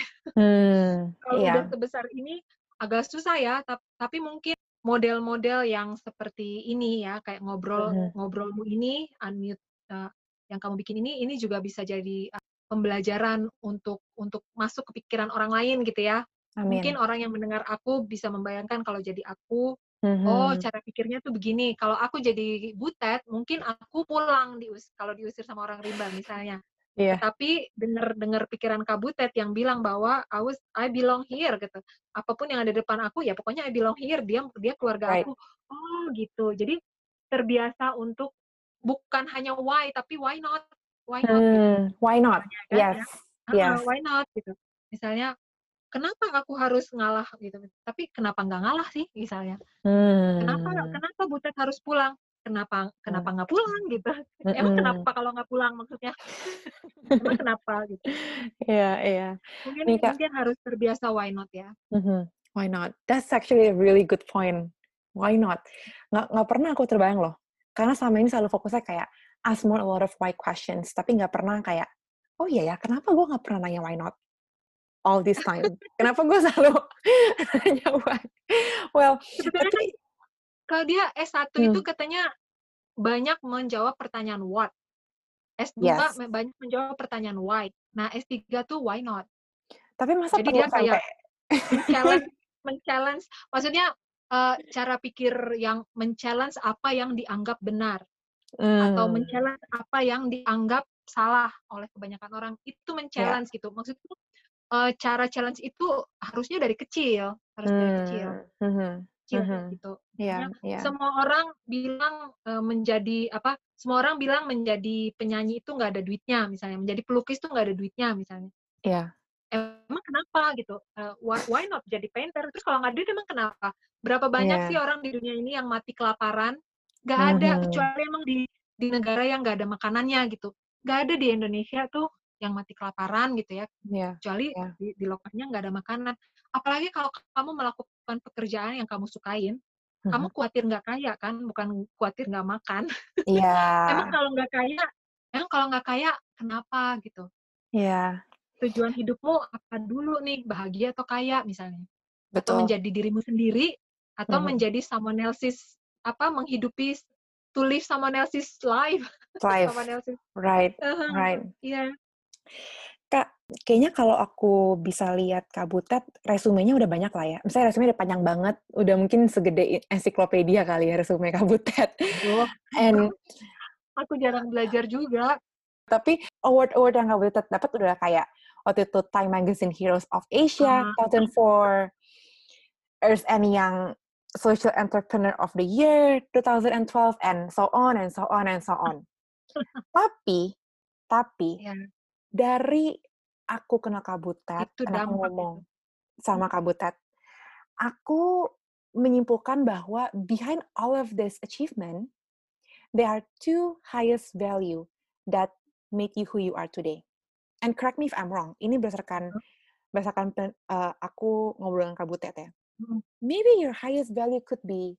Kalau Iya. udah sebesar ini agak susah ya, tapi mungkin model-model yang seperti ini ya, kayak ngobrolmu ini, unmute, yang kamu bikin ini juga bisa jadi, pembelajaran untuk masuk ke pikiran orang lain gitu ya. Mungkin Amin. orang yang mendengar aku bisa membayangkan kalau jadi aku, oh cara pikirnya tuh begini, kalau aku jadi butet mungkin aku pulang kalau diusir sama orang rimba misalnya. Iya. Tetapi dengar pikiran Kak Butet yang bilang bahwa I belong here gitu. Apapun yang ada di depan aku, ya pokoknya I belong here, dia keluarga Right. aku. Oh gitu. Jadi terbiasa untuk bukan hanya why, tapi why not? Why not gitu. Why not? Misalnya kan Yes. ya. Yes. Why not gitu. Misalnya, kenapa aku harus ngalah gitu. Tapi kenapa nggak ngalah sih misalnya. Kenapa kenapa Butet harus pulang? Kenapa nggak pulang gitu. Emang kenapa kalau nggak pulang maksudnya? Emang kenapa gitu. Iya. Iya. Nih Kak. Mungkin harus terbiasa why not ya. Why not? That's actually a really good point. Why not? Nggak pernah aku terbayang loh. Karena selama ini selalu fokusnya kayak ask more a lot of why questions, tapi nggak pernah kayak, oh iya ya, kenapa gue nggak pernah nanya why not all this time? Kenapa gue selalu nanya why? Well, Sebetulnya kan tapi kalau dia S1 itu katanya banyak menjawab pertanyaan what. S2 Yes. banyak menjawab pertanyaan why. Nah, S3 tuh why not? Tapi masa Jadi perlu dia sampai kayak men-challenge men-challenge maksudnya, cara pikir yang men-challenge apa yang dianggap benar, atau Hmm. men-challenge apa yang dianggap salah oleh kebanyakan orang, itu Ya. men-challenge gitu. Maksudku, cara challenge itu harusnya dari kecil, harus dari kecil. Mhm. Kecil Mhm. gitu. Iya, Makanya iya. semua orang bilang, semua orang bilang menjadi penyanyi itu nggak ada duitnya misalnya, menjadi pelukis tuh nggak ada duitnya misalnya. Iya. Emang kenapa gitu? Why not jadi painter? Terus kalau nggak duit emang kenapa? Berapa banyak sih Iya. orang di dunia ini yang mati kelaparan? Nggak ada, Mhm. kecuali emang di negara yang nggak ada makanannya gitu. Nggak ada di Indonesia tuh yang mati kelaparan gitu ya, Iya. kecuali Iya. di lokasinya nggak ada makanan. Apalagi kalau kamu melakukan pekerjaan yang kamu sukain, kamu Mhm. khawatir nggak kaya kan, bukan khawatir nggak makan. Iya. Emang kalau nggak kaya kenapa gitu? Iya. Tujuan hidupmu apa dulu nih, bahagia atau kaya misalnya? Atau Betul. menjadi dirimu sendiri, atau Mhm. menjadi someone else's menghidupi to live someone else's life, someone Life. else's Right. heeh, Right. iya. Kak, kayaknya kalau aku bisa lihat Kak Butet, resumenya udah banyak lah ya. Misalnya resumenya udah panjang banget, udah mungkin segede ensiklopedia kali ya resume Kak Butet. Aduh, And aku jarang belajar juga. tapi award-award yang Kak Butet dapat udah kayak waktu itu Time Magazine Heroes of Asia Ah, 2004, Ernst and Young Social Entrepreneur of the Year 2012, and so on and so on and so on. Tapi ya, dari aku kenal Kak Butet, itu dan aku dampak itu. ngomong sama Kak Butet, aku menyimpulkan bahwa behind all of this achievement, there are two highest value that make you who you are today. And correct me if I'm wrong. Ini berdasarkan aku ngobrol dengan Kak Butet ya. Mhm, Maybe your highest value could be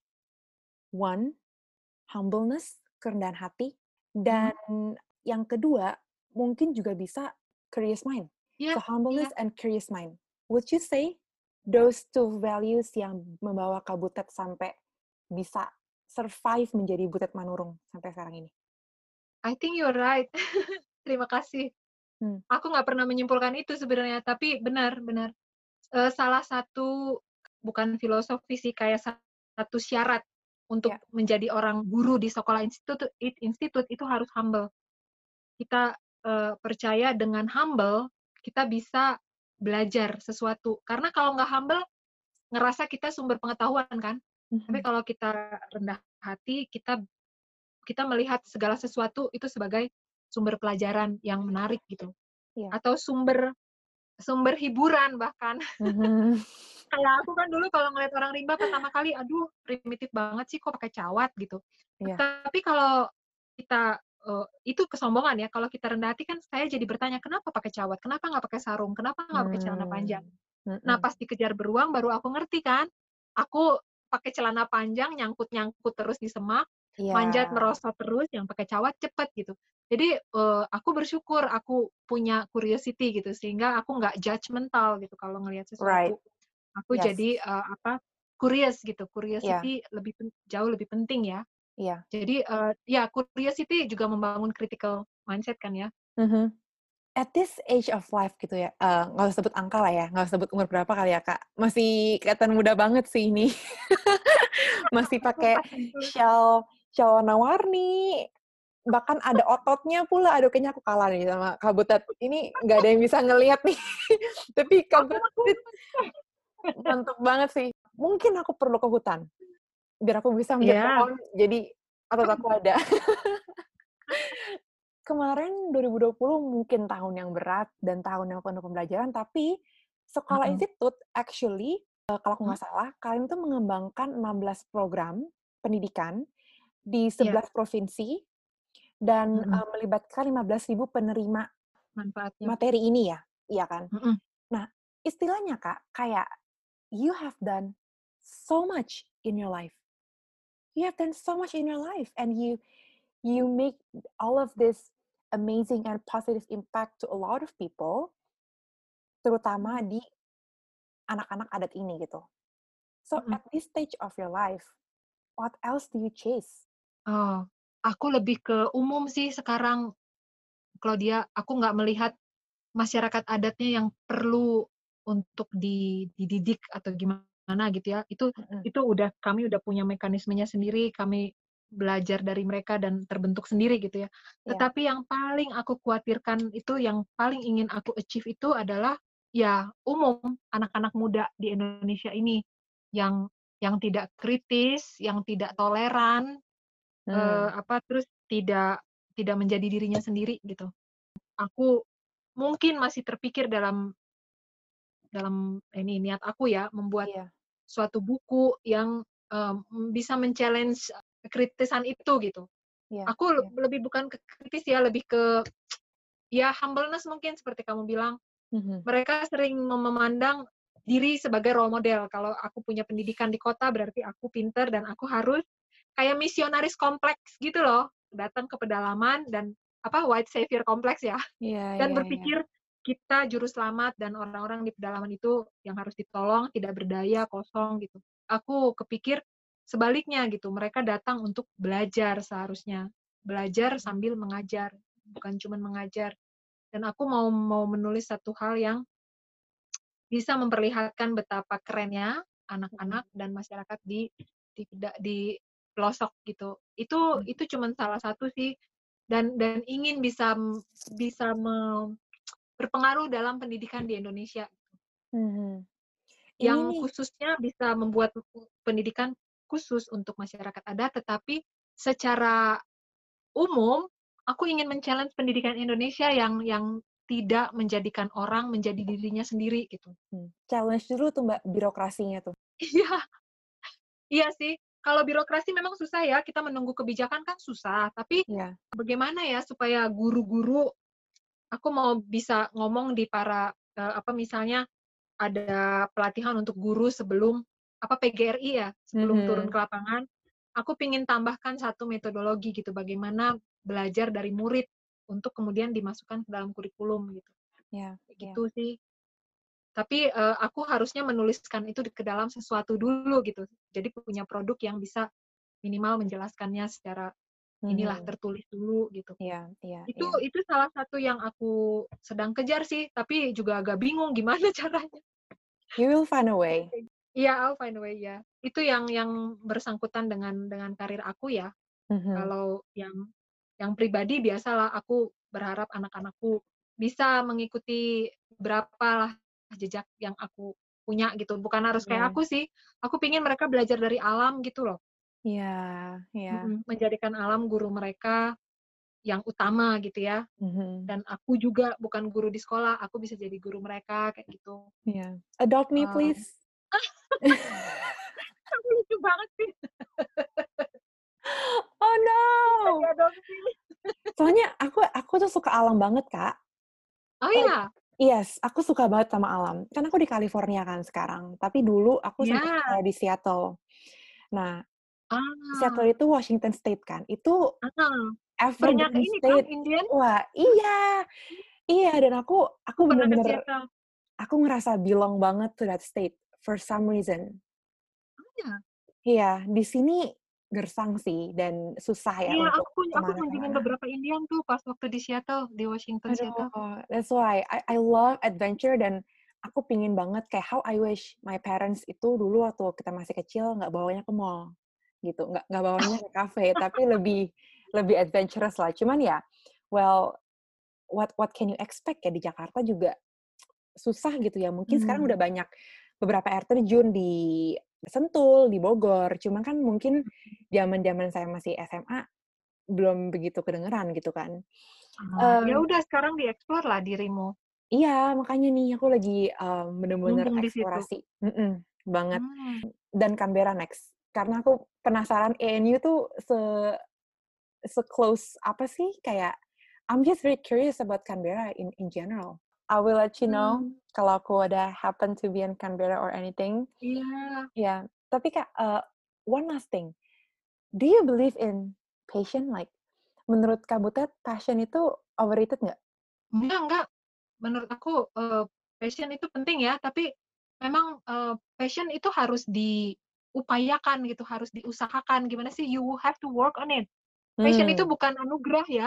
one, humbleness, kerendahan hati, mhm. dan yang kedua mungkin juga bisa curious mind. Iya, So iya. humbleness and curious mind. Would you say those two values yang membawa Kak Butet sampai bisa survive menjadi Butet Manurung sampai sekarang ini? I think you're right. Terima kasih. Hmm. Aku nggak pernah menyimpulkan itu sebenarnya, tapi benar benar. Salah satu bukan filosofi sih, kayak satu syarat Ya. untuk menjadi orang guru di sekolah institut itu harus humble. Kita, percaya dengan humble, kita bisa belajar sesuatu. Karena kalau nggak humble, ngerasa kita sumber pengetahuan kan. Tapi Mhm. kalau kita rendah hati, kita kita melihat segala sesuatu itu sebagai sumber pelajaran yang menarik gitu, Iya. atau sumber sumber hiburan bahkan. Mhm. Kayak aku kan dulu kalau ngeliat orang rimba pertama kali, aduh primitif banget sih kok pakai cawat gitu. Iya. Tapi kalau kita, itu kesombongan ya, kalau kita rendah hati kan saya jadi bertanya, "Kenapa pakai cawat? Kenapa nggak pakai sarung? Kenapa nggak pakai celana panjang?" Hmm. Nah Mhm. pas dikejar beruang baru aku ngerti kan, aku pakai celana panjang nyangkut-nyangkut terus di semak, Iya. manjat merosot terus, yang pakai cawat cepet gitu. Jadi, aku bersyukur aku punya curiosity gitu, sehingga aku nggak judgmental gitu kalau ngelihat Right. sesuatu. Aku Yes. jadi, curious gitu, Iya. curiosity jauh lebih penting ya. Iya. Jadi, ya curiosity juga membangun critical mindset kan ya. Mhm. At this age of life gitu ya, nggak usah sebut angka lah ya, nggak usah sebut umur berapa kali ya, Kak. Masih kelihatan muda banget sih ini. Masih pakai shell shell warna-warni, bahkan ada ototnya pula. Aduh, kayaknya aku kalah nih sama Kak Butet. Ini nggak ada yang bisa ngelihat nih. Tapi Kak Aku Butet mantap banget sih. Mungkin aku perlu ke hutan, biar aku bisa manjat Iya, pohon, jadi otot aku ada. Kemarin 2020 mungkin tahun yang berat dan tahun yang penuh pembelajaran, tapi sekolah heeh, institut actually, kalau aku mhm, nggak salah, kalian tuh mengembangkan 16 program pendidikan di iya, 11 provinsi dan, mhm, melibatkan 15.000 penerima manfaatnya, materi ini ya, iya kan? mhm, Nah, istilahnya Kak, kayak you have done so much in your life. You have done so much in your life, and you make all of this amazing and positive impact to a lot of people, terutama mhm, di anak-anak adat ini gitu. So mhm. at this stage of your life, what else do you chase? Oh, aku lebih ke umum sih sekarang, Claudia, aku nggak melihat masyarakat adatnya yang perlu untuk dididik atau gimana gitu ya. Itu kami udah punya mekanismenya sendiri, kami belajar dari mereka dan terbentuk sendiri gitu ya. Iya. Tetapi yang paling aku khawatirkan itu, yang paling ingin aku achieve itu adalah ya umum anak-anak muda di Indonesia ini yang tidak kritis, yang tidak toleran, terus tidak menjadi dirinya sendiri gitu. Aku mungkin masih terpikir dalam ini niat aku ya, membuat Iya. suatu buku yang bisa men-challenge kekritisan itu gitu. Iya. Aku Iya. lebih bukan ke kritis ya, lebih ke ya humbleness mungkin seperti kamu bilang. Mereka sering memandang diri sebagai role model. Kalau aku punya pendidikan di kota berarti aku pinter dan aku harus kayak misionaris kompleks gitu loh. Datang ke pedalaman dan white savior kompleks ya. Iya. Dan Iya. Iya. berpikir kita juru selamat dan orang-orang di pedalaman itu yang harus ditolong, tidak berdaya, kosong gitu. Aku kepikir sebaliknya gitu. Mereka datang untuk belajar seharusnya. Belajar sambil mengajar, bukan cuma mengajar. Dan aku mau menulis satu hal yang bisa memperlihatkan betapa kerennya anak-anak dan masyarakat di pelosok gitu. Itu cuma salah satu sih, dan ingin bisa berpengaruh dalam pendidikan di Indonesia, Mhm. Ini yang nih. khususnya bisa membuat pendidikan khusus untuk masyarakat adat, tetapi secara umum aku ingin men-challenge pendidikan Indonesia yang tidak menjadikan orang menjadi dirinya sendiri gitu. Challenge dulu tuh Mbak birokrasinya tuh. Iya, iya sih. Kalau birokrasi memang susah ya, kita menunggu kebijakan kan susah. Tapi Iya. bagaimana ya supaya guru-guru, aku mau bisa ngomong di para misalnya ada pelatihan untuk guru sebelum PGRI ya, sebelum turun ke lapangan. Aku pingin tambahkan satu metodologi gitu, bagaimana belajar dari murid untuk kemudian dimasukkan ke dalam kurikulum gitu. Iya. Gitu sih. Tapi aku harusnya menuliskan itu ke dalam sesuatu dulu gitu. Jadi punya produk yang bisa minimal menjelaskannya secara inilah tertulis dulu gitu. Iya. Iya. Iya. Itu salah satu yang aku sedang kejar sih, tapi juga agak bingung gimana caranya. You will find a way. Iya, I'll find a way ya. Itu yang bersangkutan dengan karir aku ya. Kalau yang pribadi biasalah aku berharap anak-anakku bisa mengikuti berapa lah jejak yang aku punya gitu. Bukan harus kayak aku sih. Aku pingin mereka belajar dari alam gitu loh. Iya. Iya. Menjadikan alam guru mereka yang utama gitu ya. Dan aku juga bukan guru di sekolah, aku bisa jadi guru mereka kayak gitu. Iya. Adopt me please. Lucu banget sih. Oh no. Diadopsi. Soalnya aku tuh suka alam banget, Kak. Oh iya. Yes, aku suka banget sama alam. Kan aku di California kan sekarang, tapi dulu aku sempat Iya. sekolah di Seattle. Nah, Seattle Ah. itu Washington State kan. Itu Banyak evergreen ini kan state. Indian. Wah, iya. Iya, dan aku Pernah ke bener-bener, Seattle. aku ngerasa belong banget to that state for some reason. Oh iya. Iya, di sini gersang sih dan susah ya Iya, untuk aku kunjungin kemana-mana. beberapa Indian tuh pas waktu di Seattle, di Washington Seattle. Aduh, that's why I love adventure, dan aku pingin banget kayak how I wish my parents itu dulu waktu kita masih kecil nggak bawanya ke mall gitu, nggak bawanya ke kafe, tapi lebih adventurous lah. Cuman ya, well, what can you expect ya, di Jakarta juga susah gitu ya. Mungkin sekarang udah banyak beberapa air terjun di Sentul, di Bogor. Cuman kan mungkin zaman-zaman saya masih SMA belum begitu kedengeran gitu kan. Ya udah sekarang dieksplor lah dirimu. Iya, makanya nih aku lagi bener-bener Mumpung di situ. eksplorasi banget. Hmm. Dan Canberra next, karena aku penasaran ANU tuh se-close apa sih, kayak I'm just very curious about Canberra in general. I will let you know kalau aku ada happen to be in Canberra or anything. Iya. Ya, tapi Kak, one last thing. Do you believe in passion? Like, menurut Kak Butet, passion itu overrated nggak? Enggak. Menurut aku passion itu penting ya, tapi memang passion itu harus diupayakan gitu, harus diusahakan. Gimana sih? You have to work on it. Passion itu bukan anugerah ya.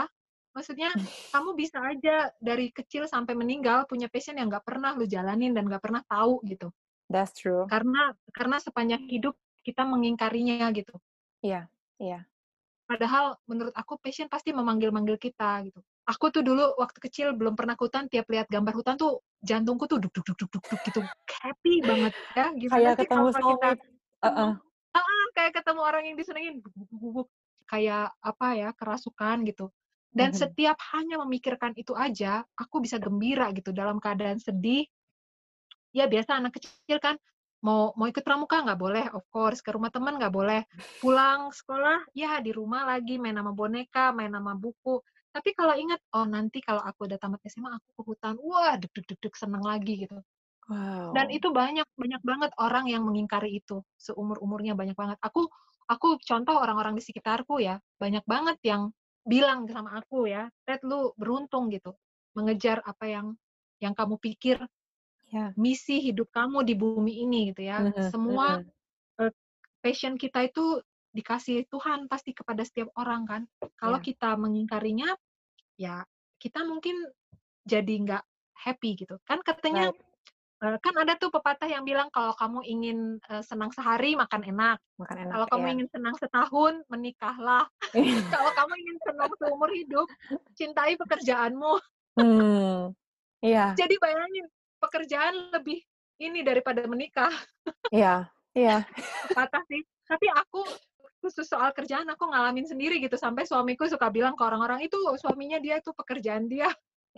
Maksudnya kamu bisa aja dari kecil sampai meninggal punya passion yang nggak pernah lu jalanin dan nggak pernah tahu gitu. That's true. Karena sepanjang hidup kita mengingkarinya gitu. Iya, iya. Padahal menurut aku passion pasti memanggil-manggil kita gitu. Aku tuh dulu waktu kecil belum pernah ke hutan, tiap lihat gambar hutan tuh jantungku tuh duk duk duk duk duk duk gitu. Happy banget ya. Gimana Kayak sih ketemu kalau kita soulmate. ketemu Heeh. kayak ketemu orang yang disenengin buk buk buk buk, kayak apa ya, kerasukan gitu. Dan Mhm. setiap hanya memikirkan itu aja, aku bisa gembira gitu dalam keadaan sedih. Ya biasa anak kecil kan mau mau ikut pramuka nggak boleh, of course, ke rumah teman nggak boleh, pulang sekolah ya di rumah lagi main sama boneka, main sama buku. Tapi kalau ingat, oh nanti kalau aku udah tamat SMA aku ke hutan, wah deg deg deg deg seneng lagi gitu. Dan Wow. itu banyak banyak banget orang yang mengingkari itu, seumur-umurnya banyak banget. Aku contoh orang-orang di sekitarku ya, banyak banget yang bilang sama aku ya, "Ted, lu beruntung gitu, mengejar apa yang kamu pikir Ya. misi hidup kamu di bumi ini," gitu ya. Mhm, Semua, mhm. passion kita itu dikasih Tuhan pasti kepada setiap orang kan. Kalau Ya, kita mengingkarinya, ya kita mungkin jadi nggak happy gitu. Kan katanya, right. kan ada tuh pepatah yang bilang kalau kamu ingin, senang sehari makan enak, Makan enak, kalau kamu ya. ingin senang setahun menikahlah, kalau kamu ingin senang seumur hidup cintai pekerjaanmu. Hmm. Iya, Jadi bayangin, pekerjaan lebih ini daripada menikah. iya, iya. Pepatah sih. Tapi aku khusus soal kerjaan aku ngalamin sendiri gitu, sampai suamiku suka bilang ke orang-orang, "Itu suaminya dia itu pekerjaan dia,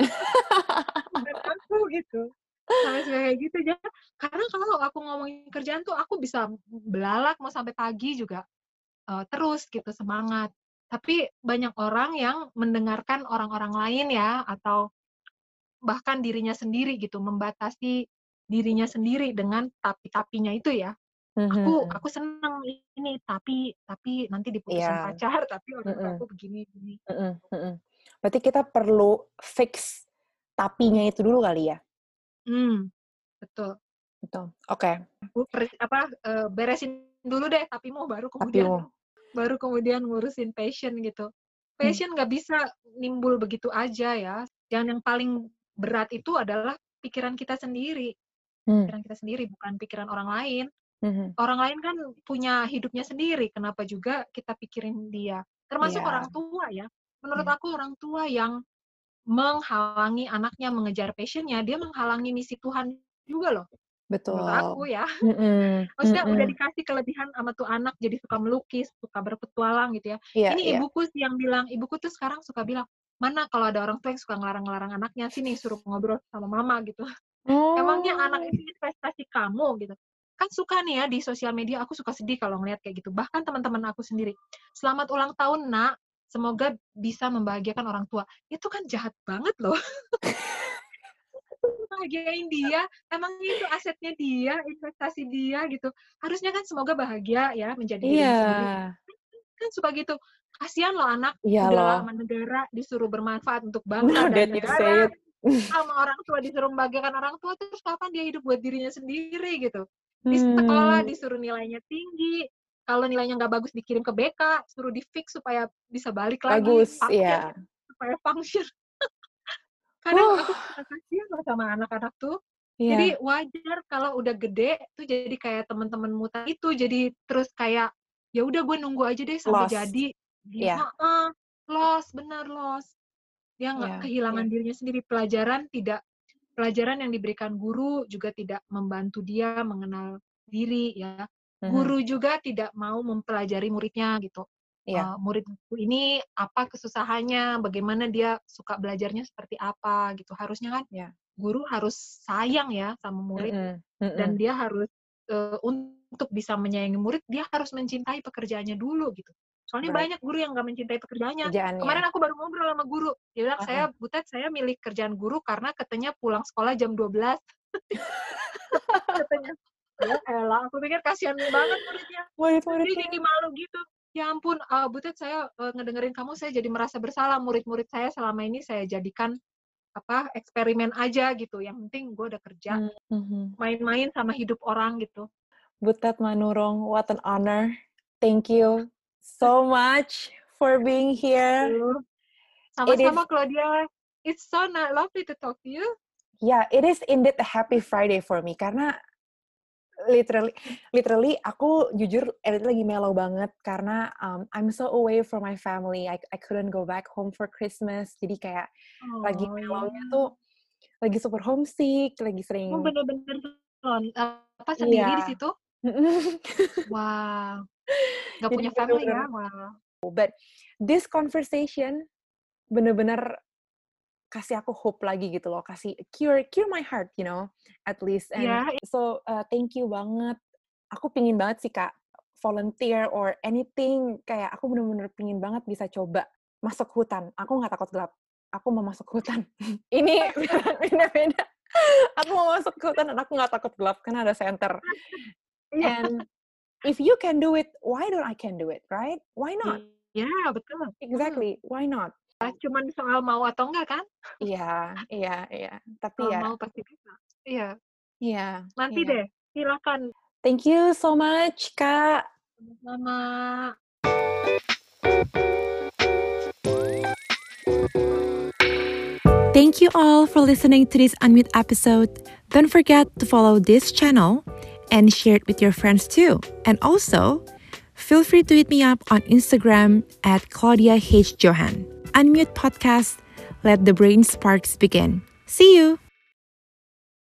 bukan aku," gitu. Sampai kayak gitu ya. Karena kalau aku ngomongin kerjaan tuh aku bisa belalak mau sampai pagi juga, terus gitu semangat. Tapi banyak orang yang mendengarkan orang-orang lain ya, atau bahkan dirinya sendiri gitu, membatasi dirinya sendiri dengan tapi-tapinya itu ya. Mhm. Aku seneng ini, tapi nanti diputusin Iya. pacar, tapi orang Mhm, tuaku begini gini. mhm, mhm. Berarti kita perlu fix tapinya itu dulu kali ya? Betul. Betul, oke. Beresin dulu deh tapimu, Tapimu. baru kemudian ngurusin passion gitu. Hmm, Passion nggak bisa nimbul begitu aja ya. Dan yang paling berat itu adalah hmm, pikiran kita sendiri bukan pikiran orang lain. mhm. Orang lain kan punya hidupnya sendiri, kenapa juga kita pikirin dia? Termasuk Iya, orang tua ya. Menurut iya, aku orang tua yang menghalangi anaknya mengejar passion-nya, dia menghalangi misi Tuhan juga loh, menurut betul. aku ya. Mhm, Maksudnya udah mhm. dikasih kelebihan sama tuh anak jadi suka melukis, suka berpetualang gitu ya. Iya, Ini iya. ibuku sih yang bilang, ibuku tuh sekarang suka bilang, "Mana kalau ada orang tua yang suka ngelarang-ngelarang anaknya, sini suruh ngobrol sama mama," gitu. "Emangnya anak Oh. itu investasi kamu?" gitu. Kan suka nih ya di sosial media, aku suka sedih kalau ngeliat kayak gitu. Bahkan teman-teman aku sendiri, "Selamat ulang tahun, Nak. Semoga bisa membahagiakan orang tua." Itu kan jahat banget loh. Bahagiain dia, emangnya itu asetnya dia, investasi dia gitu. Harusnya kan semoga bahagia ya menjadi Iya. dirinya sendiri. Kan suka gitu. Kasihan loh anak, Iya udah loh. sama negara disuruh bermanfaat untuk bangsa Now dan that you say negara, it. sama orang tua disuruh membahagiakan orang tua, terus kapan dia hidup buat dirinya sendiri gitu. Di sekolah Hmm, disuruh nilainya tinggi, kalau nilainya nggak bagus dikirim ke BK, suruh di-fix supaya bisa balik lagi, bagus, function iya. gitu, supaya function. Kadang Huh, aku suka kasihan loh sama anak-anak tuh. Jadi iya. wajar kalau udah gede tuh jadi kayak teman-temanmu tadi itu, jadi terus kayak, ya udah gue nunggu aja deh sampai Lost. jadi. Dia Iya, lost, bener lost. Dia nggak iya, iya. kehilangan dirinya sendiri. Pelajaran yang diberikan guru juga tidak membantu dia mengenal diri ya. Mhm. Guru juga tidak mau mempelajari muridnya gitu. Iya, Muridku ini apa kesusahannya, bagaimana dia suka belajarnya seperti apa gitu. Harusnya kan iya. guru harus sayang ya sama murid Mhm, dan mhm. dia harus, untuk bisa menyayangi murid, dia harus mencintai pekerjaannya dulu gitu. Soalnya Right. banyak guru yang nggak mencintai pekerjaannya. Kerjaannya. Kemarin aku baru ngobrol sama guru, dia bilang, Heeh. "Butet, saya milih kerjaan guru karena katanya pulang sekolah jam 12,00," katanya. Ya elah, aku pikir kasihan banget muridnya. Terus dia Murid-muridnya. jadi malu gitu. "Ya ampun, Butet, saya, ngedengerin kamu saya jadi merasa bersalah, murid-murid saya selama ini saya jadikan, eksperimen aja gitu, yang penting gue udah kerja, Mhm. main-main sama hidup orang," gitu. Butet Manurung, what an honor. Thank you so much for being here. Gitu. Sama-sama Claudia. It's so lovely to talk to you. Yeah, it is indeed a happy Friday for me karena literally aku jujur lagi mellow banget karena I'm so away from my family. I couldn't go back home for Christmas. Jadi kayak lagi mellownya tuh lagi super homesick, lagi sering. Bener-bener sendiri di situ? Wow. Gak punya family ya? Wow. But this conversation bener-bener kasih aku hope lagi gitu loh, kasih cure my heart, you know, at least. And so thank you banget. Aku pingin banget sih Kak volunteer or anything, kayak aku bener-bener pingin banget bisa coba masuk hutan. Aku nggak takut gelap. Aku mau masuk hutan. Ini beda-beda. Aku mau masuk hutan dan aku nggak takut gelap karena ada center. And if you can do it, why don't I can do it, right? Why not? Yeah, betul. Exactly. Why not? Cuman soal mau atau enggak kan? Iya. Tapi soal mau pasti bisa. Iya. Nanti deh, silakan. Thank you so much, Kak. Sama-sama. Thank you all for listening to this Unmute episode. Don't forget to follow this channel and share it with your friends too. And also, feel free to hit me up on Instagram at Claudia H. Johan. Unmute Podcast, let the brain sparks begin. See you!